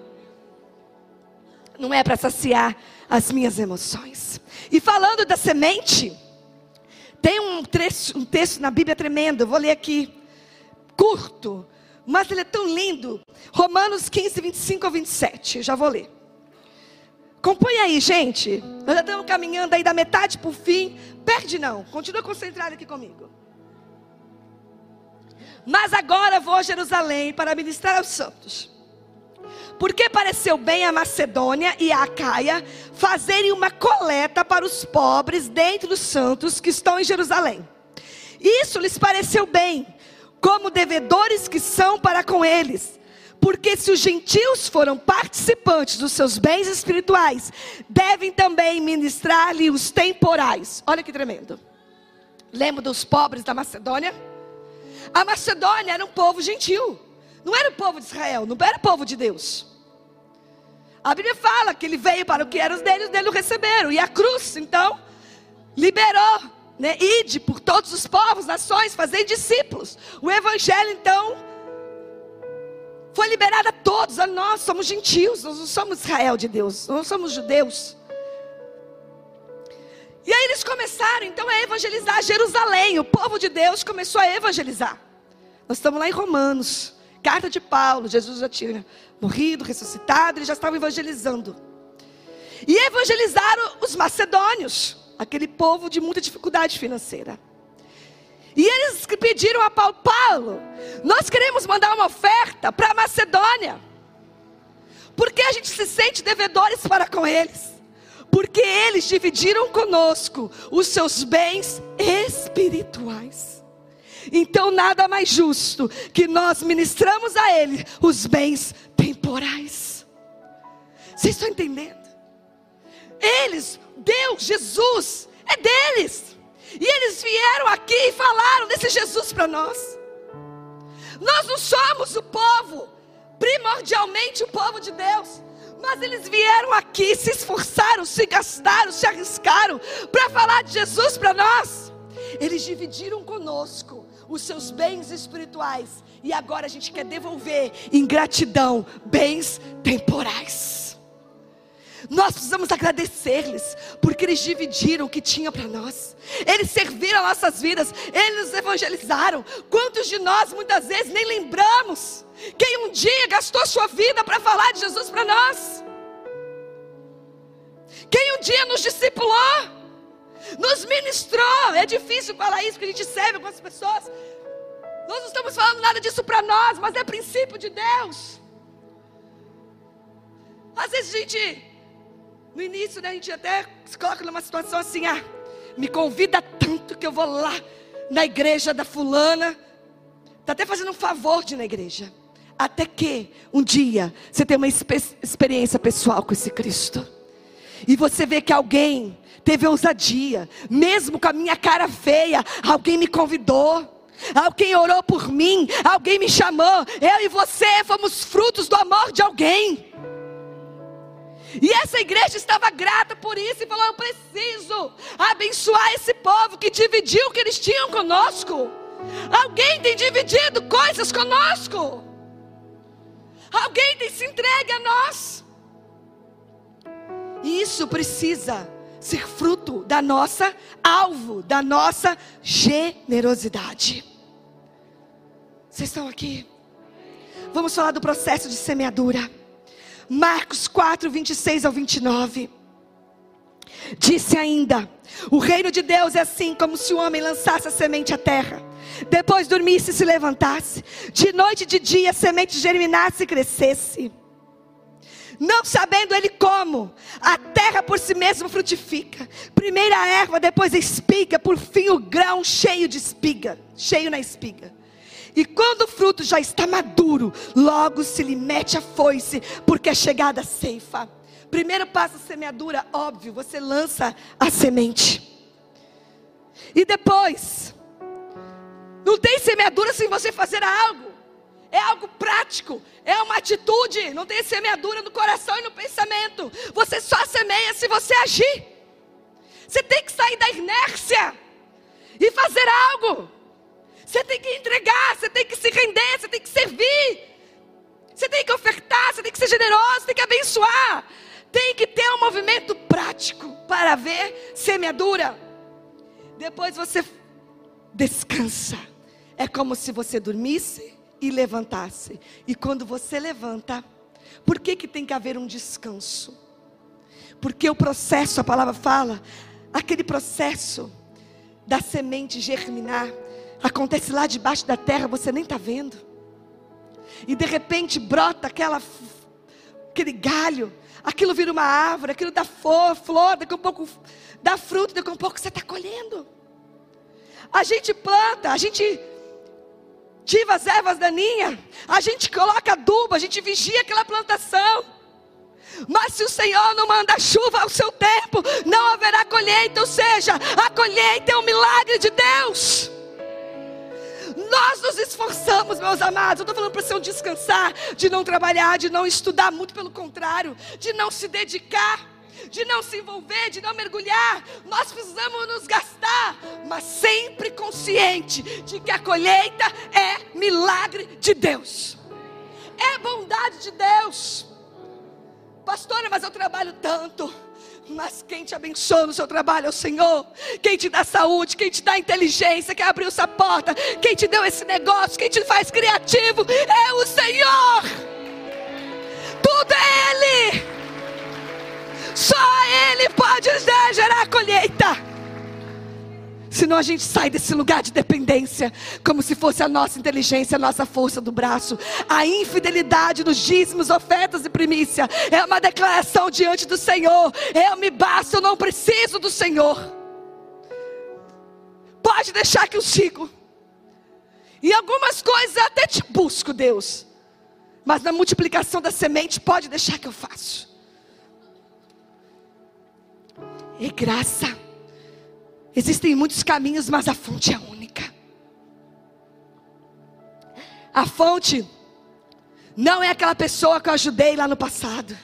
Não é para saciar as minhas emoções. E falando da semente, tem um texto na Bíblia tremendo, eu vou ler aqui. Curto, mas ele é tão lindo. Romanos 15, 25 ao 27. Eu já vou ler. Acompanha aí, gente. Nós já estamos caminhando aí da metade para o fim. Perde não, continua concentrado aqui comigo. Mas agora vou a Jerusalém para ministrar aos santos, porque pareceu bem a Macedônia e a Acaia fazerem uma coleta para os pobres dentre os santos que estão em Jerusalém. Isso lhes pareceu bem, como devedores que são para com eles. Porque se os gentios foram participantes dos seus bens espirituais, devem também ministrar-lhe os temporais. Olha que tremendo. Lembra dos pobres da Macedônia? A Macedônia era um povo gentil. Não era o povo de Israel, não era o povo de Deus. A Bíblia fala que ele veio para o que era os dele o receberam. E a cruz, então, liberou. Ide por todos os povos, nações, fazei discípulos. O evangelho então foi liberada a todos, a nós. Somos gentios, nós não somos Israel de Deus, nós não somos judeus. E aí eles começaram então a evangelizar Jerusalém. O povo de Deus começou a evangelizar. Nós estamos lá em Romanos, carta de Paulo. Jesus já tinha morrido, ressuscitado, eles já estavam evangelizando. E evangelizaram os macedônios, aquele povo de muita dificuldade financeira. E eles pediram a Paulo: Paulo, nós queremos mandar uma oferta para a Macedônia, porque a gente se sente devedores para com eles, porque eles dividiram conosco os seus bens espirituais. Então nada mais justo que nós ministramos a eles os bens temporais. Vocês estão entendendo? Eles, Deus, Jesus, é deles. E eles vieram aqui e falaram desse Jesus para nós. Nós não somos o povo, primordialmente o povo de Deus. Mas eles vieram aqui, se esforçaram, se gastaram, se arriscaram para falar de Jesus para nós. Eles dividiram conosco os seus bens espirituais. E agora a gente quer devolver em gratidão bens temporais. Nós precisamos agradecer-lhes, porque eles dividiram o que tinha para nós. Eles serviram nossas vidas, eles nos evangelizaram. Quantos de nós muitas vezes nem lembramos quem um dia gastou sua vida para falar de Jesus para nós? Quem um dia nos discipulou, nos ministrou. É difícil falar isso, porque a gente serve algumas pessoas. Nós não estamos falando nada disso para nós, mas é princípio de Deus. Às vezes a gente, no início, né, a gente até se coloca numa situação assim: me convida tanto que eu vou lá na igreja da fulana. Está até fazendo um favor de ir na igreja. Até que um dia você tem uma experiência pessoal com esse Cristo. E você vê que alguém teve ousadia, mesmo com a minha cara feia, alguém me convidou, alguém orou por mim, alguém me chamou. Eu e você fomos frutos do amor de alguém. E essa igreja estava grata por isso e falou: eu preciso abençoar esse povo que dividiu o que eles tinham conosco. Alguém tem dividido coisas conosco. Alguém tem se entregue a nós. E isso precisa ser fruto da nossa alvo, da nossa generosidade. Vocês estão aqui? Vamos falar do processo de semeadura. Marcos 4, 26 ao 29. Disse ainda: o reino de Deus é assim como se o homem lançasse a semente à terra, depois dormisse e se levantasse, de noite e de dia a semente germinasse e crescesse, não sabendo ele como. A terra por si mesma frutifica, primeiro a erva, depois a espiga, por fim o grão cheio na espiga. E quando o fruto já está maduro, logo se lhe mete a foice, porque é chegada a ceifa. Primeiro passo, a semeadura, óbvio, você lança a semente. E depois, não tem semeadura sem você fazer algo. É algo prático, é uma atitude. Não tem semeadura no coração e no pensamento. Você só semeia se você agir. Você tem que sair da inércia e fazer algo. Você tem que entregar, você tem que se render, você tem que servir. Você tem que ofertar, você tem que ser generoso, você tem que abençoar. Tem que ter um movimento prático para haver semeadura. Depois você descansa. É como se você dormisse e levantasse. E quando você levanta, por que tem que haver um descanso? Porque o processo, a palavra fala, aquele processo da semente germinar, acontece lá debaixo da terra, você nem está vendo. E de repente brota aquele galho, aquilo vira uma árvore, aquilo dá flor, daqui a pouco dá fruto, daqui a pouco você está colhendo. A gente planta, a gente tira as ervas daninhas, a gente coloca adubo, a gente vigia aquela plantação. Mas se o Senhor não manda chuva ao seu tempo, não haverá colheita. Ou seja, a colheita é um milagre de Deus. Nós nos esforçamos, meus amados. Eu estou falando para você não descansar, de não trabalhar, de não estudar, muito pelo contrário, de não se dedicar, de não se envolver, de não mergulhar. Nós precisamos nos gastar, mas sempre consciente de que a colheita é milagre de Deus. é bondade de Deus. Pastora, mas eu trabalho tanto. Mas quem te abençoa no seu trabalho é o Senhor. Quem te dá saúde, quem te dá inteligência, quem abriu essa porta, quem te deu esse negócio, quem te faz criativo é o Senhor. Tudo é Ele. Só Ele pode gerar colheita. Senão a gente sai desse lugar de dependência, como se fosse a nossa inteligência, a nossa força do braço. A infidelidade nos dízimos, ofertas e primícia é uma declaração diante do Senhor. Eu me basto, eu não preciso do Senhor. Pode deixar que eu sigo. E algumas coisas eu até te busco, Deus. Mas na multiplicação da semente, pode deixar que eu faço. É graça. Existem muitos caminhos, mas a fonte é única. A fonte não é aquela pessoa que eu ajudei lá no passado.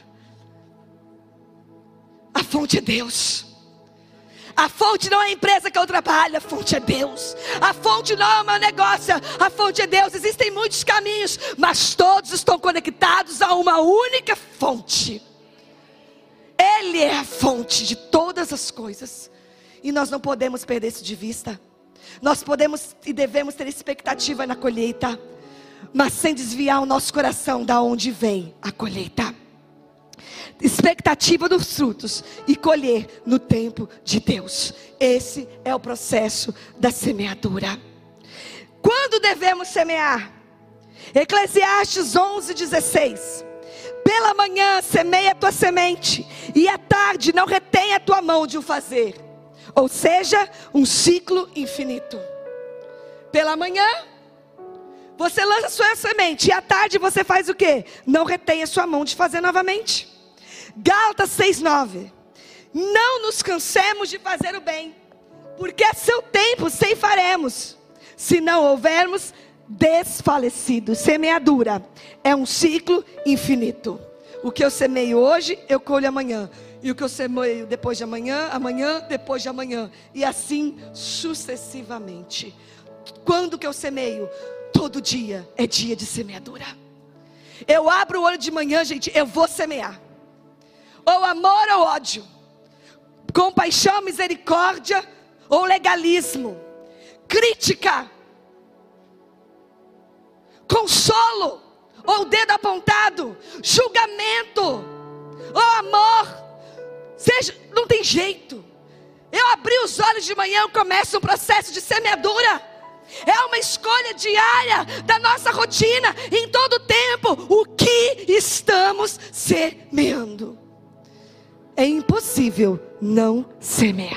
A fonte é Deus. A fonte não é a empresa que eu trabalho, a fonte é Deus. A fonte não é o meu negócio, a fonte é Deus. Existem muitos caminhos, mas todos estão conectados a uma única fonte. Ele é a fonte de todas as coisas. E nós não podemos perder isso de vista. Nós podemos e devemos ter expectativa na colheita, mas sem desviar o nosso coração da onde vem a colheita. Expectativa dos frutos e colher no tempo de Deus. Esse é o processo da semeadura. Quando devemos semear? Eclesiastes 11:16. Pela manhã semeia a tua semente, e à tarde não retenha a tua mão de o fazer. Ou seja, um ciclo infinito. Pela manhã, você lança a sua semente. E à tarde você faz o quê? Não retém a sua mão de fazer novamente. Gálatas 6:9. Não nos cansemos de fazer o bem, porque a seu tempo ceifaremos, se não houvermos desfalecido. Semeadura é um ciclo infinito. O que eu semeio hoje, eu colho amanhã. E o que eu semeio depois de amanhã, amanhã, depois de amanhã. E assim sucessivamente. Quando que eu semeio? Todo dia é dia de semeadura. Eu abro o olho de manhã, gente, eu vou semear. Ou amor ou ódio. Compaixão, misericórdia ou legalismo. Crítica. Consolo ou dedo apontado. Julgamento ou amor. Seja, não tem jeito. Eu abri os olhos de manhã, eu começo um processo de semeadura. É uma escolha diária da nossa rotina, em todo o tempo. O que estamos semeando? É impossível não semear.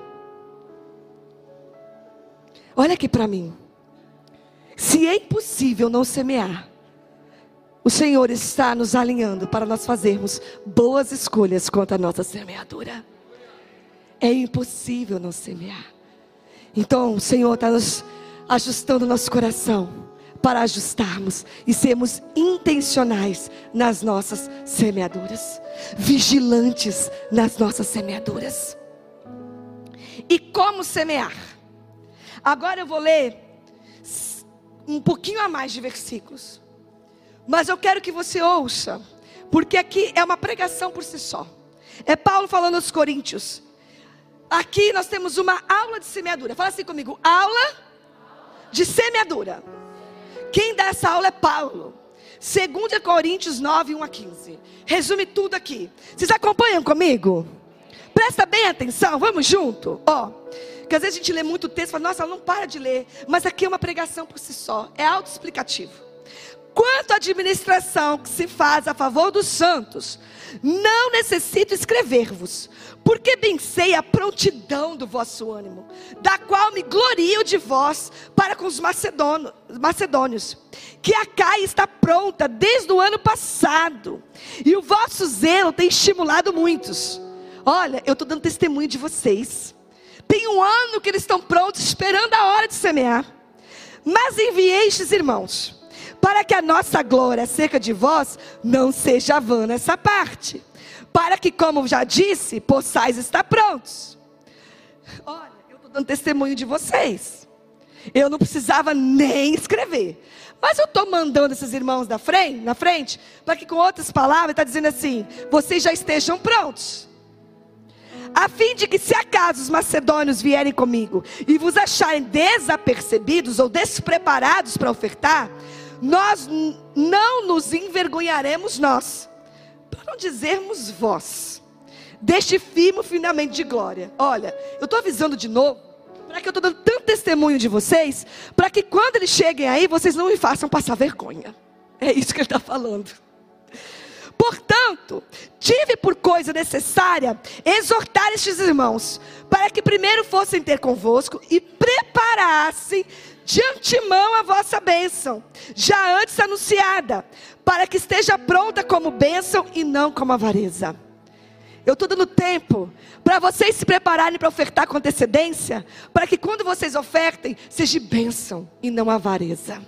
Olha aqui para mim. Se é impossível não semear, o Senhor está nos alinhando para nós fazermos boas escolhas quanto à nossa semeadura. É impossível não semear. Então o Senhor está nos ajustando o nosso coração para ajustarmos e sermos intencionais nas nossas semeaduras, vigilantes nas nossas semeaduras. E como semear? Agora eu vou ler um pouquinho a mais de versículos, mas eu quero que você ouça, porque aqui é uma pregação por si só. É Paulo falando aos Coríntios. Aqui nós temos uma aula de semeadura. Fala assim comigo: aula de semeadura. Quem dá essa aula é Paulo. 2 Coríntios 9, 1-15. Resume tudo aqui. Vocês acompanham comigo? Presta bem atenção, vamos junto. Porque às vezes a gente lê muito texto e fala: nossa, ela não para de ler. Mas aqui é uma pregação por si só. É autoexplicativo. Quanto à administração que se faz a favor dos santos, não necessito escrever-vos, porque bem sei a prontidão do vosso ânimo, da qual me glorio de vós para com os macedônios, que a Caia está pronta desde o ano passado, e o vosso zelo tem estimulado muitos. Olha, eu estou dando testemunho de vocês. Tem um ano que eles estão prontos, esperando a hora de semear. Mas enviei estes irmãos, para que a nossa glória acerca de vós não seja vã nessa parte, para que, como já disse, possais estar prontos. Olha, eu estou dando testemunho de vocês. Eu não precisava nem escrever. Mas eu estou mandando esses irmãos na frente, para que com outras palavras, está dizendo assim: vocês já estejam prontos. A fim de que, se acaso os macedônios vierem comigo e vos acharem desapercebidos ou despreparados para ofertar, nós não nos envergonharemos nós, para não dizermos vós, deste firme fundamento de glória. Olha, eu estou avisando de novo, para que eu estou dando tanto testemunho de vocês, para que quando eles cheguem aí, vocês não me façam passar vergonha. É isso que ele está falando. Portanto, tive por coisa necessária exortar estes irmãos, para que primeiro fossem ter convosco e preparassem de antemão a vossa bênção, já antes anunciada, para que esteja pronta como bênção e não como avareza. Eu estou dando tempo para vocês se prepararem para ofertar com antecedência, para que quando vocês ofertem, seja bênção e não avareza.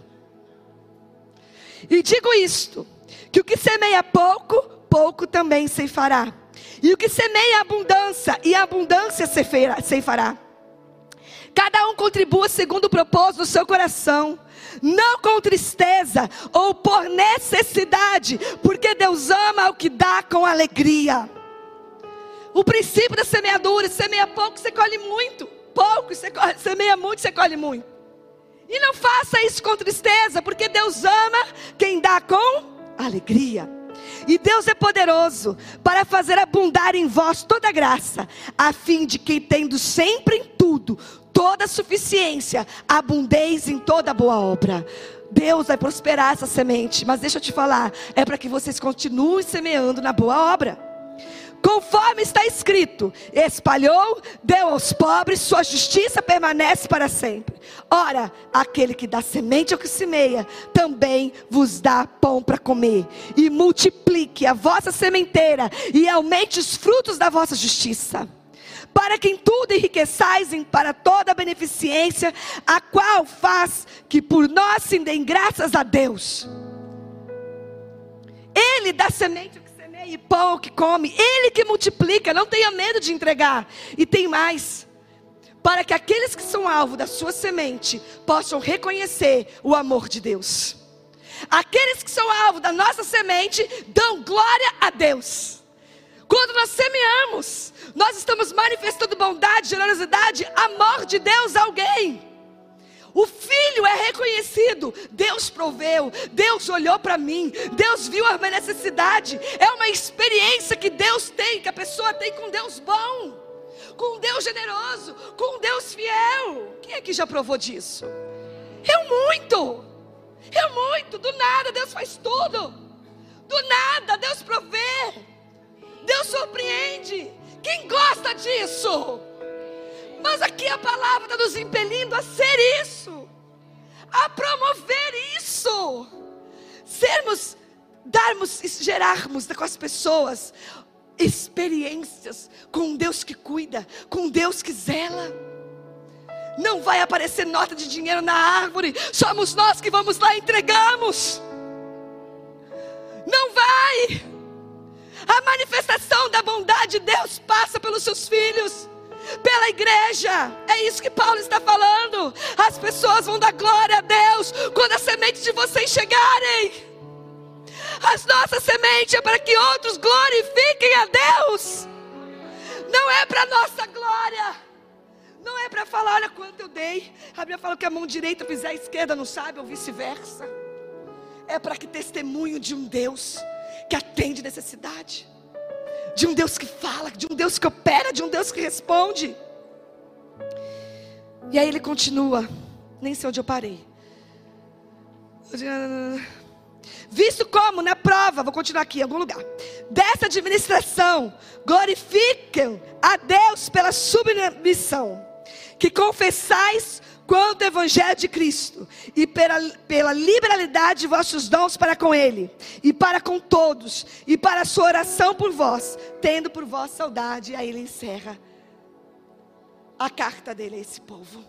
E digo isto, que o que semeia pouco, pouco também ceifará. E o que semeia abundância, e abundância ceifará. Cada um contribua segundo o propósito do seu coração, não com tristeza ou por necessidade, porque Deus ama o que dá com alegria. O princípio da semeadura: semeia pouco, você colhe muito. Pouco, semeia muito, você colhe muito. E não faça isso com tristeza, porque Deus ama quem dá com alegria. E Deus é poderoso para fazer abundar em vós toda graça, a fim de que, tendo sempre em tudo toda suficiência, abundeis em toda boa obra. Deus vai prosperar essa semente, mas deixa eu te falar, é para que vocês continuem semeando na boa obra. Conforme está escrito: espalhou, deu aos pobres, sua justiça permanece para sempre. Ora, aquele que dá semente ao que semeia, também vos dá pão para comer. E multiplique a vossa sementeira, e aumente os frutos da vossa justiça, para que em tudo enriqueçais para toda a beneficência, a qual faz que por nós se deem graças a Deus. Ele dá semente ao que semeia e pão ao que come. Ele que multiplica, não tenha medo de entregar. E tem mais: para que aqueles que são alvo da sua semente possam reconhecer o amor de Deus. Aqueles que são alvo da nossa semente dão glória a Deus. Quando nós semeamos, nós estamos manifestando bondade, generosidade, amor de Deus a alguém. O filho é reconhecido. Deus proveu, Deus olhou para mim, Deus viu a minha necessidade. É uma experiência que Deus tem, que a pessoa tem com Deus bom, com Deus generoso, com Deus fiel. Quem aqui já provou disso? Eu muito. Do nada Deus faz tudo. Do nada Deus provê. Deus surpreende. Quem gosta disso? Mas aqui a palavra está nos impelindo a ser isso, a promover isso, gerarmos com as pessoas experiências com um Deus que cuida, com um Deus que zela. Não vai aparecer nota de dinheiro na árvore, somos nós que vamos lá e entregamos. Não vai. A manifestação da bondade de Deus passa pelos seus filhos, pela igreja. É isso que Paulo está falando. As pessoas vão dar glória a Deus quando as sementes de vocês chegarem. As nossas sementes é para que outros glorifiquem a Deus. Não é para nossa glória. Não é para falar: olha quanto eu dei. A Bíblia fala que a mão direita fizer a esquerda não sabe, ou vice-versa. É para que testemunho de um Deus que atende necessidade, de um Deus que fala, de um Deus que opera, de um Deus que responde. E aí ele continua, nem sei onde eu parei. Visto como na prova, vou continuar aqui em algum lugar, dessa administração, glorificam a Deus pela submissão, que confessais quanto ao evangelho de Cristo, e pela liberalidade de vossos dons para com Ele, e para com todos, e para a sua oração por vós, tendo por vós saudade. E aí ele encerra a carta dele a esse povo.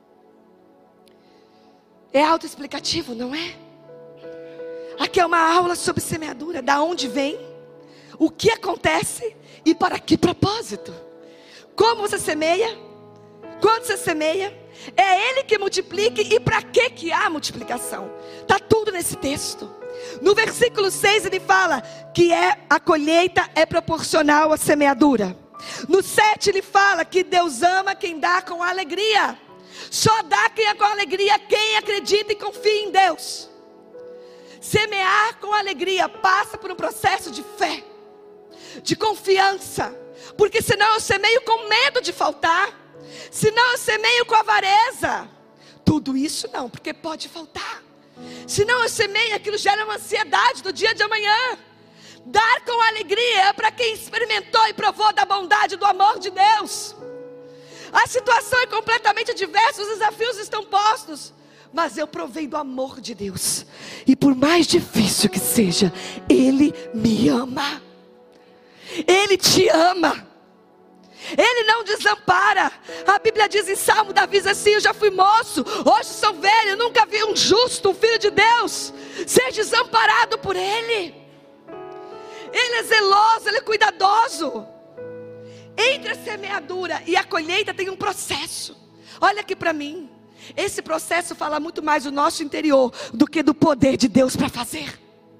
É autoexplicativo, não é? Aqui é uma aula sobre semeadura, da onde vem, o que acontece e para que propósito. Como você semeia, quando você semeia, É Ele que multiplique. E para que há multiplicação? Está tudo nesse texto. No versículo 6 ele fala que a colheita é proporcional à semeadura. No 7 ele fala que Deus ama quem dá com alegria. Só dá quem é com alegria quem acredita e confia em Deus. Semear com alegria passa por um processo de fé, de confiança. Porque senão eu semeio com medo de faltar. Senão eu semeio com avareza. Tudo isso não, porque pode faltar. Senão eu semeio, aquilo gera uma ansiedade do dia de amanhã. Dar com alegria é para quem experimentou e provou da bondade, do amor de Deus. A situação é completamente diversa, os desafios estão postos, mas eu provei do amor de Deus. E por mais difícil que seja, Ele me ama. Ele te ama. Ele não desampara. A Bíblia diz em Salmo, Davi diz assim: eu já fui moço, hoje sou velho, eu nunca vi um justo, um filho de Deus, ser desamparado por Ele. Ele é zeloso, Ele é cuidadoso. Entre a semeadura e a colheita tem um processo. Olha aqui para mim. Esse processo fala muito mais do nosso interior do que do poder de Deus para fazer.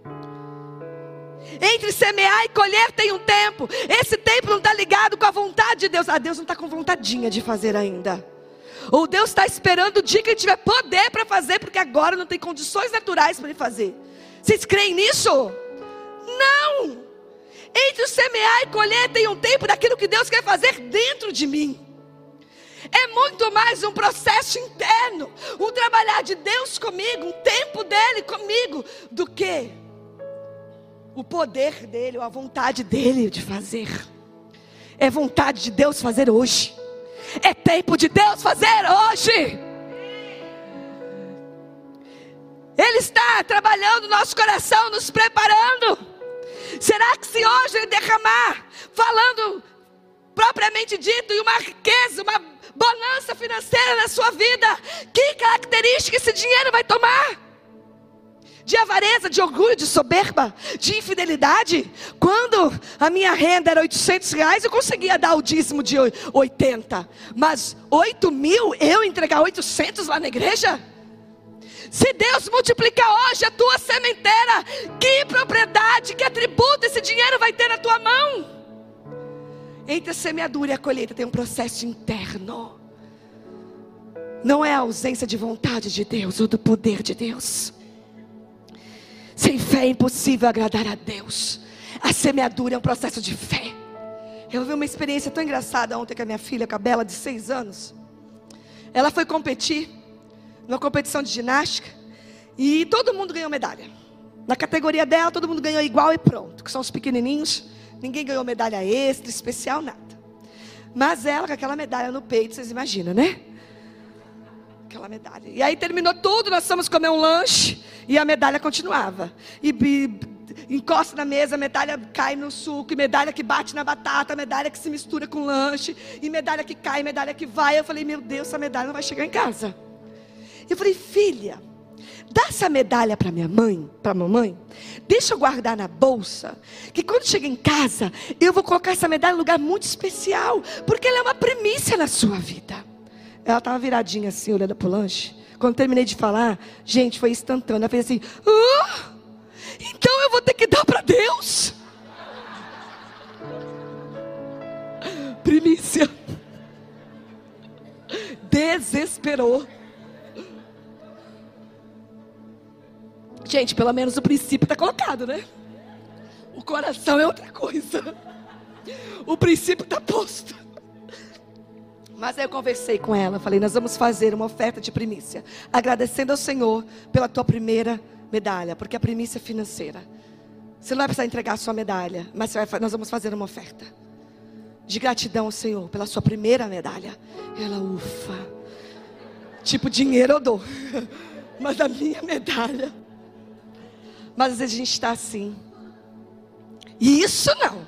Entre semear e colher tem um tempo. Esse tempo não está ligado com a vontade de Deus. Deus não está com vontadinha de fazer ainda. Ou Deus está esperando o dia que Ele tiver poder para fazer, porque agora não tem condições naturais para Ele fazer. Vocês creem nisso? Não. Entre o semear e colher tem um tempo daquilo que Deus quer fazer dentro de mim. É muito mais um processo interno, um trabalhar de Deus comigo, um tempo dEle comigo, do que o poder dEle, ou a vontade dEle de fazer. É vontade de Deus fazer hoje. É tempo de Deus fazer hoje. Ele está trabalhando no nosso coração, nos preparando. Será que se hoje Ele derramar, falando propriamente dito, em uma riqueza, uma bonança financeira na sua vida, que característica esse dinheiro vai tomar? De avareza, de orgulho, de soberba, de infidelidade? Quando a minha renda era R$800, eu conseguia dar o dízimo de 80. Mas 8.000, eu entregar 800 lá na igreja? Se Deus multiplicar hoje a tua sementeira, que propriedade, que atributo esse dinheiro vai ter na tua mão? Entre a semeadura e a colheita tem um processo interno. Não é a ausência de vontade de Deus ou do poder de Deus. Sem fé é impossível agradar a Deus. A semeadura é um processo de fé. Eu vi uma experiência tão engraçada ontem com a minha filha, com a Bela, de 6 anos. Ela foi competir numa competição de ginástica e todo mundo ganhou medalha. Na categoria dela, todo mundo ganhou igual e pronto, que são os pequenininhos. Ninguém ganhou medalha extra, especial, nada. Mas ela com aquela medalha no peito, vocês imaginam, né? Aquela medalha. E aí terminou tudo, nós fomos comer um lanche e a medalha continuava. E encosta na mesa, a medalha cai no suco, e medalha que bate na batata, medalha que se mistura com lanche, e medalha que cai, medalha que vai. Eu falei, meu Deus, essa medalha não vai chegar em casa. Eu falei, filha, dá essa medalha para minha mãe, para a mamãe, deixa eu guardar na bolsa, que quando chegar em casa, eu vou colocar essa medalha em um lugar muito especial, porque ela é uma primícia na sua vida. Ela estava viradinha assim, olhando para o lanche. Quando terminei de falar, gente, foi instantâneo. Ela fez assim, então eu vou ter que dar para Deus? Primícia. Desesperou. Gente, pelo menos o princípio está colocado, né? O coração é outra coisa. O princípio está posto. Mas aí eu conversei com ela, falei, nós vamos fazer uma oferta de primícia, agradecendo ao Senhor pela tua primeira medalha, porque a primícia é financeira. Você não vai precisar entregar a sua medalha, mas nós vamos fazer uma oferta de gratidão ao Senhor pela sua primeira medalha. Ela, ufa, tipo dinheiro eu dou, mas a minha medalha. Mas às vezes a gente está assim, e isso não,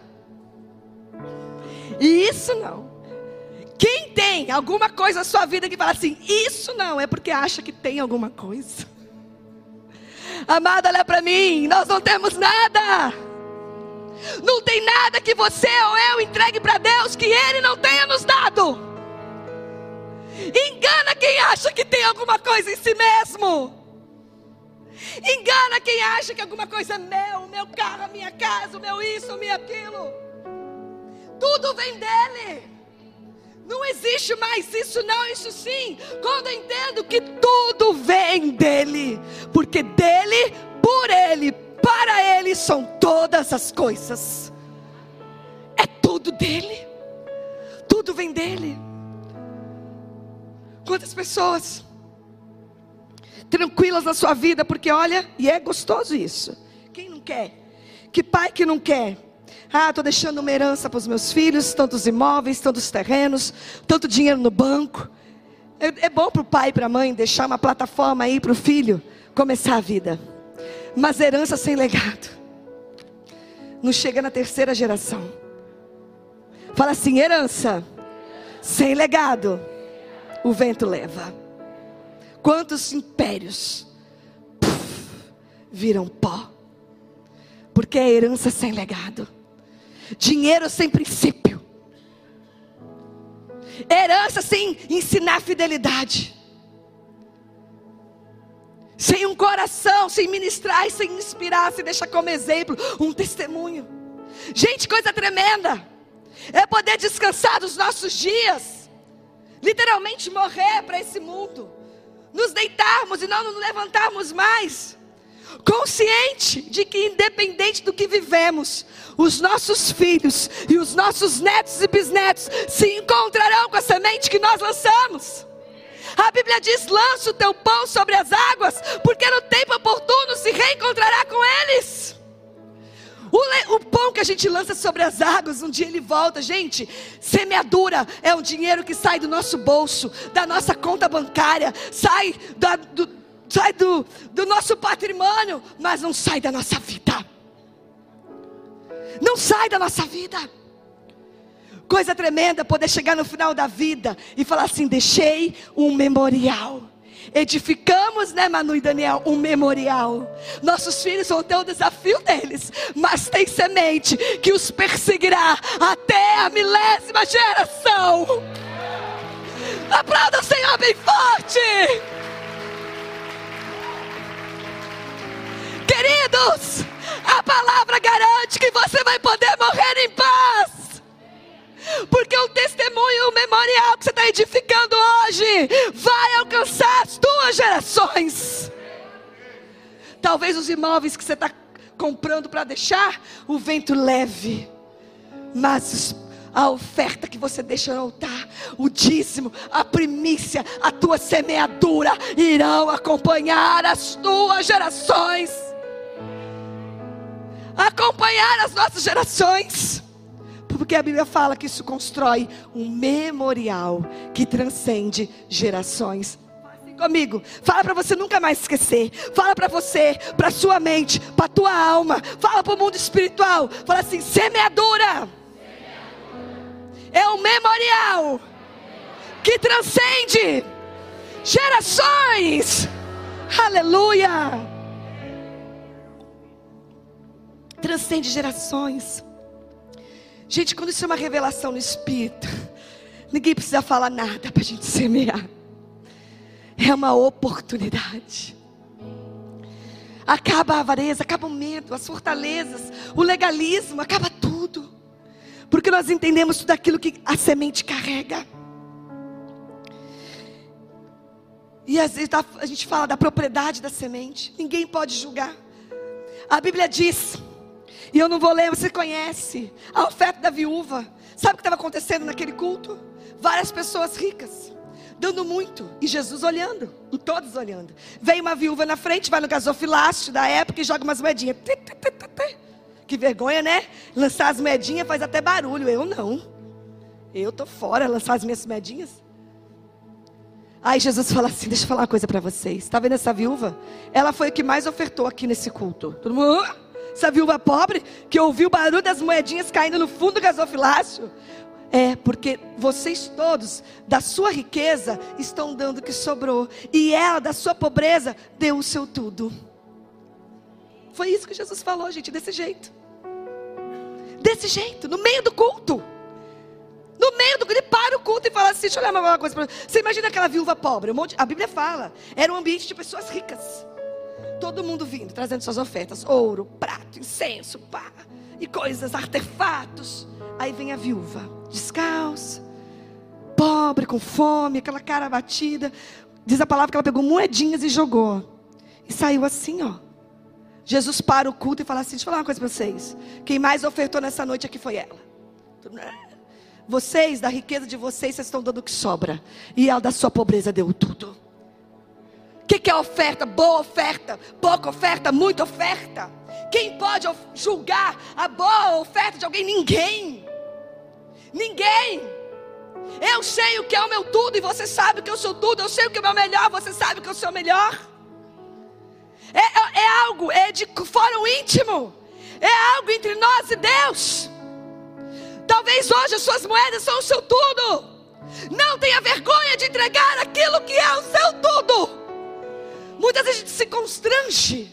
e isso não. Quem tem alguma coisa na sua vida que fala assim, isso não, é porque acha que tem alguma coisa. Amada, olha para mim, nós não temos nada. Não tem nada que você ou eu entregue para Deus que Ele não tenha nos dado. Engana Engana quem acha que tem alguma coisa em si mesmo. Engana quem acha que alguma coisa é meu, o meu carro, a minha casa, o meu isso, o meu aquilo. Tudo vem dele. Não existe mais isso não, isso sim. Quando eu entendo que tudo vem dele. Porque dele, por ele, para ele são todas as coisas. É tudo dele. Tudo vem dele. Quantas pessoas tranquilas na sua vida, porque olha, e é gostoso isso. Quem não quer? Que pai que não quer? Estou deixando uma herança para os meus filhos, tantos imóveis, tantos terrenos, tanto dinheiro no banco. É bom para o pai e para a mãe deixar uma plataforma aí para o filho começar a vida. Mas herança sem legado não chega na terceira geração. Fala assim: herança sem legado, o vento leva. Quantos impérios viram pó, porque é herança sem legado, dinheiro sem princípio, herança sem ensinar fidelidade, sem um coração, sem ministrar, sem inspirar, sem deixar como exemplo um testemunho. Gente, coisa tremenda é poder descansar dos nossos dias, literalmente morrer para esse mundo, nos deitarmos e não nos levantarmos mais, consciente de que independente do que vivemos, os nossos filhos e os nossos netos e bisnetos se encontrarão com a semente que nós lançamos. A Bíblia diz: lança o teu pão sobre as águas, porque no tempo oportuno se reencontrará com eles. O pão que a gente lança sobre as águas, um dia ele volta. Gente, semeadura é um dinheiro que sai do nosso bolso, da nossa conta bancária, sai do nosso patrimônio, mas não sai da nossa vida. Não sai da nossa vida. Coisa tremenda poder chegar no final da vida e falar assim: deixei um memorial. Edificamos, né, Manu e Daniel, um memorial. Nossos filhos vão ter o desafio deles, mas tem semente que os perseguirá até a 1000ª geração. Aplauda o Senhor bem forte. Queridos, a palavra garante que você vai poder morrer em paz. Porque o testemunho, o memorial que você está edificando hoje vai alcançar as tuas gerações. Talvez os imóveis que você está comprando para deixar, o vento leve, mas a oferta que você deixa no altar, o dízimo, a primícia, a tua semeadura irão acompanhar as tuas gerações. Acompanhar as nossas gerações. Porque a Bíblia fala que isso constrói um memorial que transcende gerações. Fala assim comigo. Fala para você nunca mais esquecer. Fala para você, para sua mente, para tua alma. Fala para o mundo espiritual. Fala assim: semeadura é um memorial que transcende gerações. Aleluia. Transcende gerações. Gente, quando isso é uma revelação no Espírito, ninguém precisa falar nada para a gente semear. É uma oportunidade. Acaba a avareza, acaba o medo, as fortalezas, o legalismo, acaba tudo. Porque nós entendemos tudo aquilo que a semente carrega. E às vezes a gente fala da propriedade da semente. Ninguém pode julgar. A Bíblia diz... E eu não vou ler, você conhece a oferta da viúva. Sabe o que estava acontecendo naquele culto? Várias pessoas ricas, dando muito, e Jesus olhando, e todos olhando. Vem uma viúva na frente, vai no gasofilácio da época e joga umas moedinhas. Que vergonha, né? Lançar as moedinhas faz até barulho. Eu não. Eu tô fora, lançar as minhas moedinhas. Aí Jesus fala assim: deixa eu falar uma coisa para vocês. Está vendo essa viúva? Ela foi a que mais ofertou aqui nesse culto. Todo mundo... Essa viúva pobre que ouviu o barulho das moedinhas caindo no fundo do gasofilácio. É porque vocês todos, da sua riqueza, estão dando o que sobrou. E ela, da sua pobreza, deu o seu tudo. Foi isso que Jesus falou, gente, desse jeito. Desse jeito, no meio do culto. No meio do culto, ele para o culto e fala assim, deixa eu olhar uma coisa para você. Você imagina aquela viúva pobre, a Bíblia fala, era um ambiente de pessoas ricas. Todo mundo vindo, trazendo suas ofertas, ouro, prato, incenso, pá, e coisas, artefatos. Aí vem a viúva, descalça, pobre, com fome, aquela cara abatida. Diz a palavra que ela pegou moedinhas e jogou. E saiu assim, ó. Jesus para o culto e fala assim, deixa eu falar uma coisa para vocês. Quem mais ofertou nessa noite aqui foi ela. Vocês, da riqueza de vocês estão dando o que sobra. E ela da sua pobreza deu tudo. O que é oferta? Boa oferta, pouca oferta, muita oferta. Quem pode julgar a boa oferta de alguém? Ninguém. Ninguém. Eu sei o que é o meu tudo e você sabe o que eu sou tudo. Eu sei o que é o meu melhor, você sabe o que eu sou o melhor. É algo, é de fórum íntimo. É algo entre nós e Deus. Talvez hoje as suas moedas são o seu tudo. Não tenha vergonha de entregar aquilo que é o seu tudo. Muitas vezes a gente se constrange.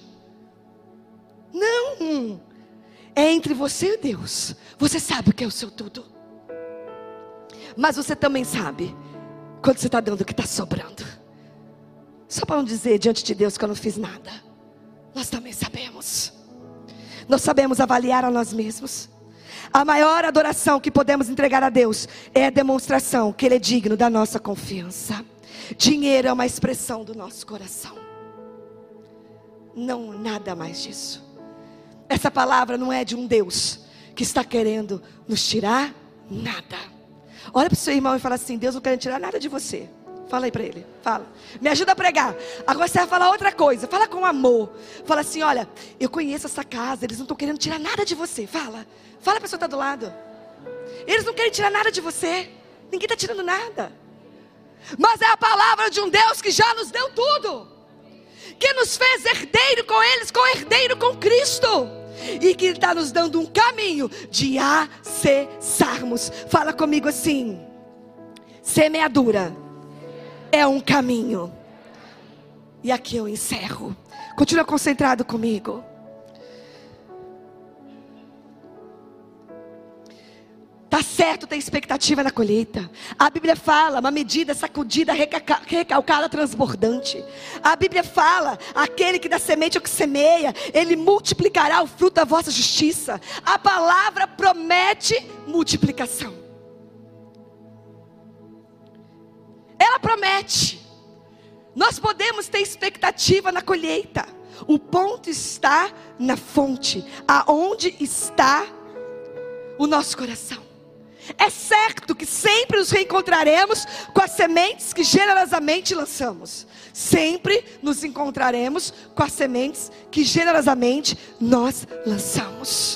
Não. É entre você e Deus. Você sabe o que é o seu tudo. Mas você também sabe quando você está dando o que está sobrando. Só para não dizer diante de Deus que eu não fiz nada. Nós também sabemos. Nós sabemos avaliar a nós mesmos. A maior adoração que podemos entregar a Deus é a demonstração que Ele é digno da nossa confiança. Dinheiro é uma expressão do nosso coração. Não, nada mais disso. Essa palavra não é de um Deus que está querendo nos tirar nada. Olha para o seu irmão e fala assim, Deus não quer tirar nada de você. Fala aí para ele, fala. Me ajuda a pregar. Agora você vai falar outra coisa. Fala com amor. Fala assim, olha, eu conheço essa casa. Eles não estão querendo tirar nada de você. Fala. Fala a pessoa que está do lado. Eles não querem tirar nada de você. Ninguém está tirando nada. Mas é a palavra de um Deus que já nos deu tudo. Que nos fez herdeiro com eles, co-herdeiro com Cristo. E que está nos dando um caminho de acessarmos. Fala comigo assim. Semeadura é um caminho. E aqui eu encerro. Continua concentrado comigo. Tá certo, tem expectativa na colheita. A Bíblia fala, uma medida sacudida, recalcada, transbordante. A Bíblia fala, aquele que dá semente ao que semeia, ele multiplicará o fruto da vossa justiça. A palavra promete multiplicação. Ela promete. Nós podemos ter expectativa na colheita. O ponto está na fonte, aonde está o nosso coração. É certo que sempre nos reencontraremos com as sementes que generosamente lançamos. Sempre nos encontraremos com as sementes que generosamente nós lançamos.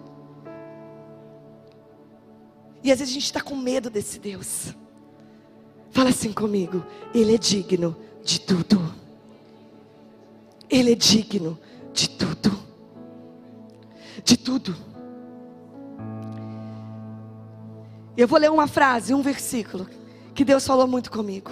E às vezes a gente está com medo desse Deus. Fala assim comigo. Ele é digno de tudo. Ele é digno de tudo. De tudo. Eu vou ler uma frase, um versículo que Deus falou muito comigo.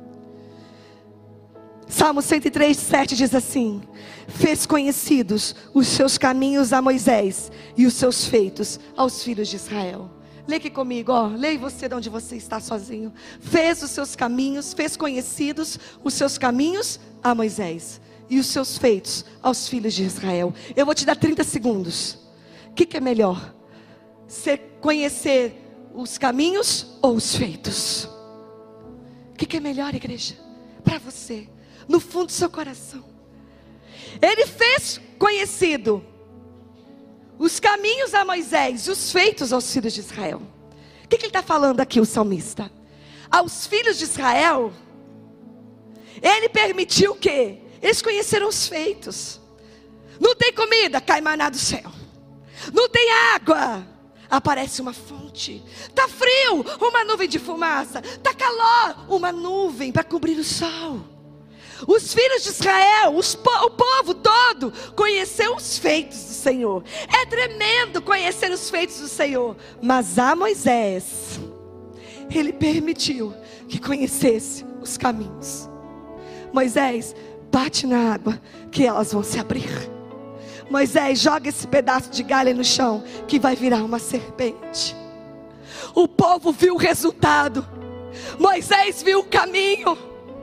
Salmo 103, 7 diz assim: fez conhecidos os seus caminhos a Moisés e os seus feitos aos filhos de Israel. Lê aqui comigo, ó. Leia você de onde você está sozinho. Fez os seus caminhos, fez conhecidos os seus caminhos a Moisés e os seus feitos aos filhos de Israel. Eu vou te dar 30 segundos. O que é melhor? Conhecer os caminhos ou os feitos? O que é melhor, igreja? Para você, no fundo do seu coração. Ele fez conhecido os caminhos a Moisés, os feitos aos filhos de Israel. O que ele está falando aqui, o salmista? Aos filhos de Israel, ele permitiu o quê? Eles conheceram os feitos. Não tem comida, cai maná do céu. Não tem água, aparece uma fonte. Está frio, uma nuvem de fumaça. Está calor, uma nuvem para cobrir o sol. Os filhos de Israel, o povo todo, conheceu os feitos do Senhor. É tremendo conhecer os feitos do Senhor. Mas a Moisés, ele permitiu que conhecesse os caminhos. Moisés, bate na água, que elas vão se abrir. Moisés, joga esse pedaço de galho no chão, que vai virar uma serpente. O povo viu o resultado. Moisés viu o caminho.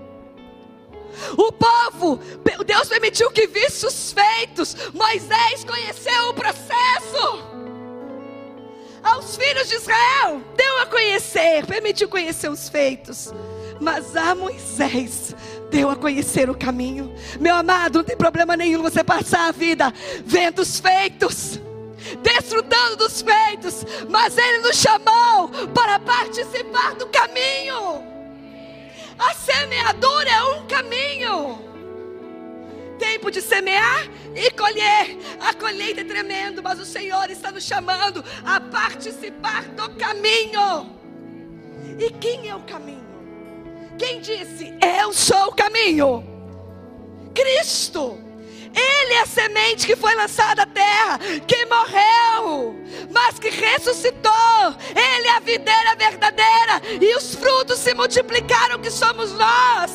O povo, Deus permitiu que visse os feitos. Moisés conheceu o processo. Aos filhos de Israel, deu a conhecer, permitiu conhecer os feitos. Mas a Moisés deu a conhecer o caminho. Meu amado, não tem problema nenhum você passar a vida vendo os feitos, desfrutando dos feitos, mas Ele nos chamou para participar do caminho. A semeadura é um caminho. Tempo de semear e colher. A colheita é tremendo, mas o Senhor está nos chamando a participar do caminho. E quem é o caminho? Quem disse, eu sou o caminho? Cristo. Ele é a semente que foi lançada à terra, que morreu, mas que ressuscitou. Ele é a videira verdadeira, e os frutos se multiplicaram, que somos nós.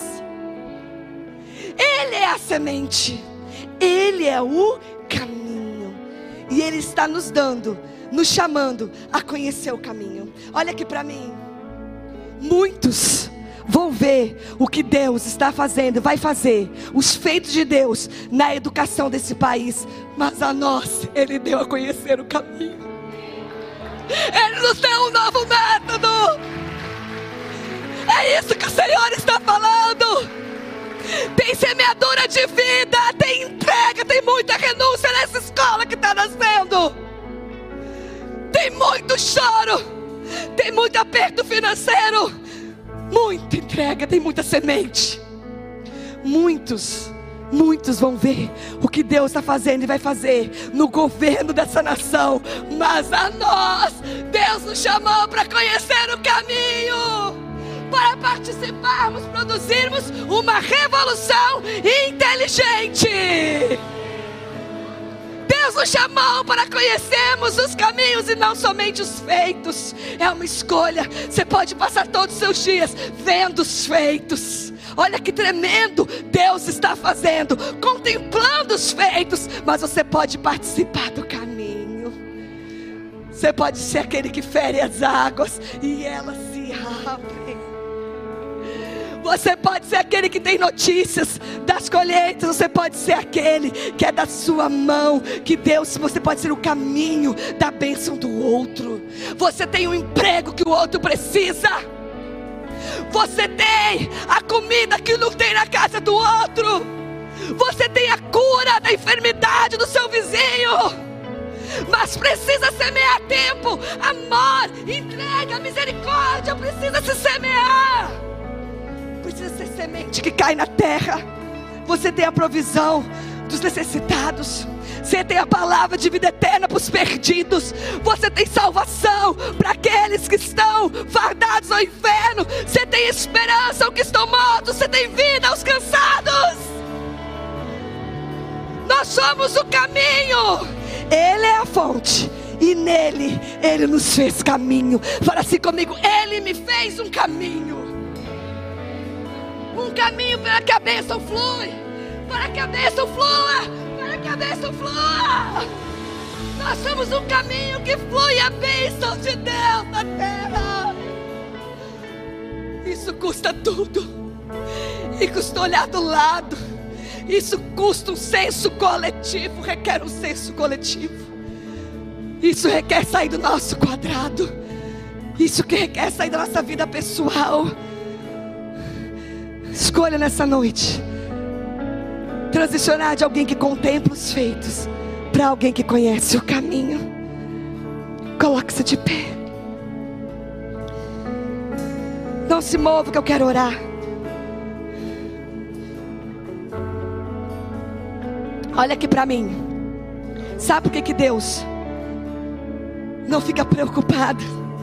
Ele é a semente, Ele é o caminho, e Ele está nos dando, nos chamando a conhecer o caminho. Olha aqui para mim. Muitos vão ver o que Deus está fazendo, vai fazer, os feitos de Deus na educação desse país, mas a nós, Ele deu a conhecer o caminho. Ele nos deu um novo método. É isso que o Senhor está falando. Tem semeadura de vida, tem entrega, tem muita renúncia nessa escola que está nascendo. Tem muito choro, tem muito aperto financeiro, muita entrega, tem muita semente. Muitos vão ver o que Deus está fazendo e vai fazer no governo dessa nação. Mas a nós, Deus nos chamou para conhecer o caminho, para participarmos, produzirmos uma revolução inteligente. Deus nos chamou para conhecermos os caminhos e não somente os feitos. É uma escolha. Você pode passar todos os seus dias vendo os feitos. Olha que tremendo Deus está fazendo, contemplando os feitos, mas você pode participar do caminho. Você pode ser aquele que fere as águas e elas se abrem. Você pode ser aquele que tem notícias das colheitas. Você pode ser aquele que é da sua mão, que Deus, você pode ser o caminho da bênção do outro. Você tem um emprego que o outro precisa. Você tem a comida que não tem na casa do outro. Você tem a cura da enfermidade do seu vizinho. Mas precisa semear tempo, amor, entrega, misericórdia. Precisa se semear. Precisa ser semente que cai na terra. Você tem a provisão dos necessitados. Você tem a palavra de vida eterna para os perdidos. Você tem salvação para aqueles que estão fardados ao inferno. Você tem esperança aos que estão mortos. Você tem vida aos cansados. Nós somos o caminho. Ele é a fonte, e nele Ele nos fez caminho. Fala assim comigo: Ele me fez um caminho. Um caminho para que a bênção flui, para que a bênção flua, para que a bênção flua. Nós somos um caminho que flui a bênção de Deus na terra. Isso custa tudo. E custa olhar do lado. Isso custa um senso coletivo, requer um senso coletivo. Isso requer sair do nosso quadrado. Isso que requer sair da nossa vida pessoal. Escolha nessa noite transicionar de alguém que contempla os feitos para alguém que conhece o caminho. Coloque-se de pé. Não se mova que eu quero orar. Olha aqui para mim. Sabe por que Deus não fica preocupado?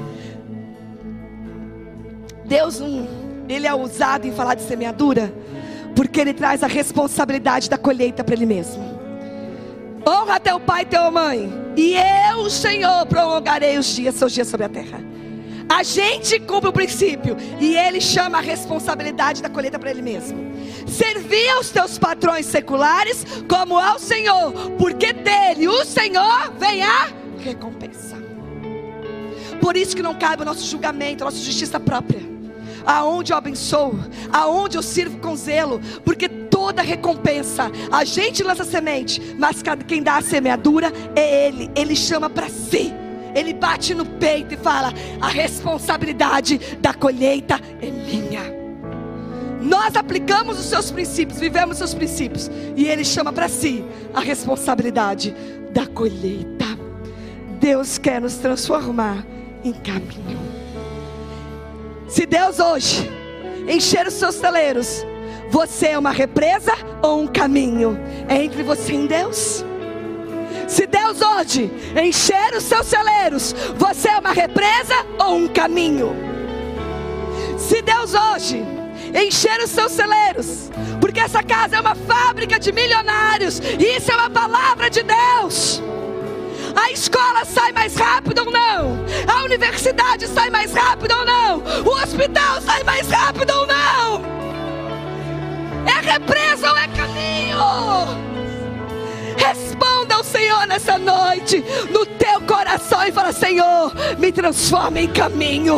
Deus Ele é ousado em falar de semeadura, porque Ele traz a responsabilidade da colheita para Ele mesmo. Honra teu pai e tua mãe, e eu, o Senhor, prolongarei seus dias sobre a terra. A gente cumpre o princípio, e Ele chama a responsabilidade da colheita para Ele mesmo. Servi aos teus patrões seculares como ao Senhor, porque dele, o Senhor, vem a recompensa. Por isso que não cabe o nosso julgamento, a nossa justiça própria. Aonde eu abençoo, aonde eu sirvo com zelo, porque toda recompensa, a gente lança semente, mas quem dá a semeadura é Ele. Ele chama para si, Ele bate no peito e fala: a responsabilidade da colheita é minha. Nós aplicamos os seus princípios, vivemos os seus princípios, e Ele chama para si a responsabilidade da colheita. Deus quer nos transformar em caminho. Se Deus hoje encher os seus celeiros, você é uma represa ou um caminho? É entre você e Deus. Se Deus hoje encher os seus celeiros, você é uma represa ou um caminho? Se Deus hoje encher os seus celeiros, porque essa casa é uma fábrica de milionários, e isso é uma palavra de Deus. A escola sai mais rápido ou não? A universidade sai mais rápido ou não? O hospital sai mais rápido ou não? É represa ou é caminho? Responda ao Senhor nessa noite, no teu coração, e fala: Senhor, me transforma em caminho.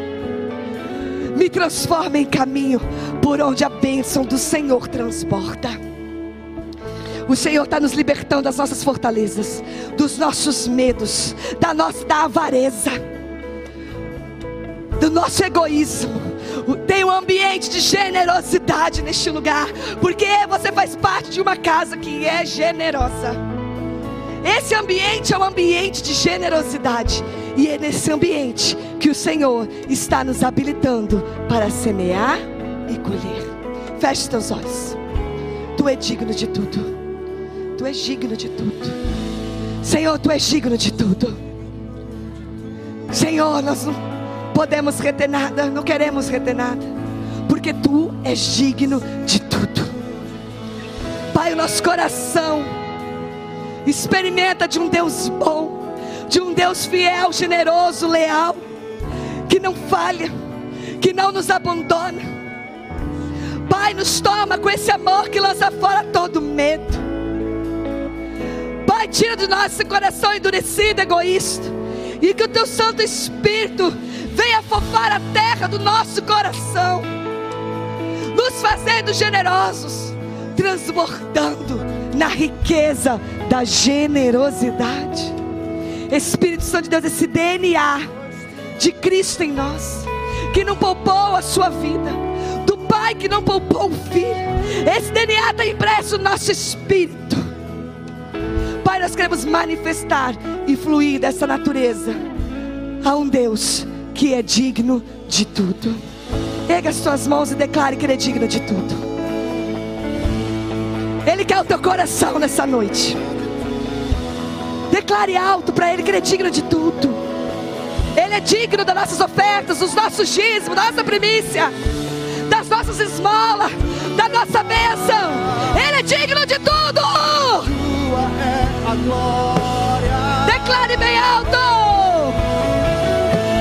Me transforma em caminho por onde a bênção do Senhor transborda. O Senhor está nos libertando das nossas fortalezas, dos nossos medos, da avareza, do nosso egoísmo. Tem um ambiente de generosidade neste lugar, porque você faz parte de uma casa que é generosa. Esse ambiente é um ambiente de generosidade, e é nesse ambiente que o Senhor está nos habilitando para semear e colher. Feche os teus olhos. Tu és digno de tudo. Tu és digno de tudo. Senhor, Tu és digno de tudo. Senhor, nós não podemos reter nada, não queremos reter nada, porque Tu és digno de tudo. Pai, o nosso coração experimenta de um Deus bom, de um Deus fiel, generoso, leal, que não falha, que não nos abandona. Pai, nos toma com esse amor que lança fora todo medo. Pai, tira de nós esse coração endurecido, egoísta, e que o Teu Santo Espírito venha fofar a terra do nosso coração, nos fazendo generosos, transbordando na riqueza da generosidade. Espírito Santo de Deus, esse DNA de Cristo em nós, que não poupou a sua vida, do Pai que não poupou o Filho, esse DNA está impresso no nosso espírito. Pai, nós queremos manifestar e fluir dessa natureza a um Deus que é digno de tudo. Erga as suas mãos e declare que Ele é digno de tudo. Ele quer o teu coração nessa noite. Declare alto para Ele que Ele é digno de tudo. Ele é digno das nossas ofertas, dos nossos dízimos, da nossa primícia, das nossas esmolas, da nossa bênção. Ele é digno de tudo. Tua é a glória.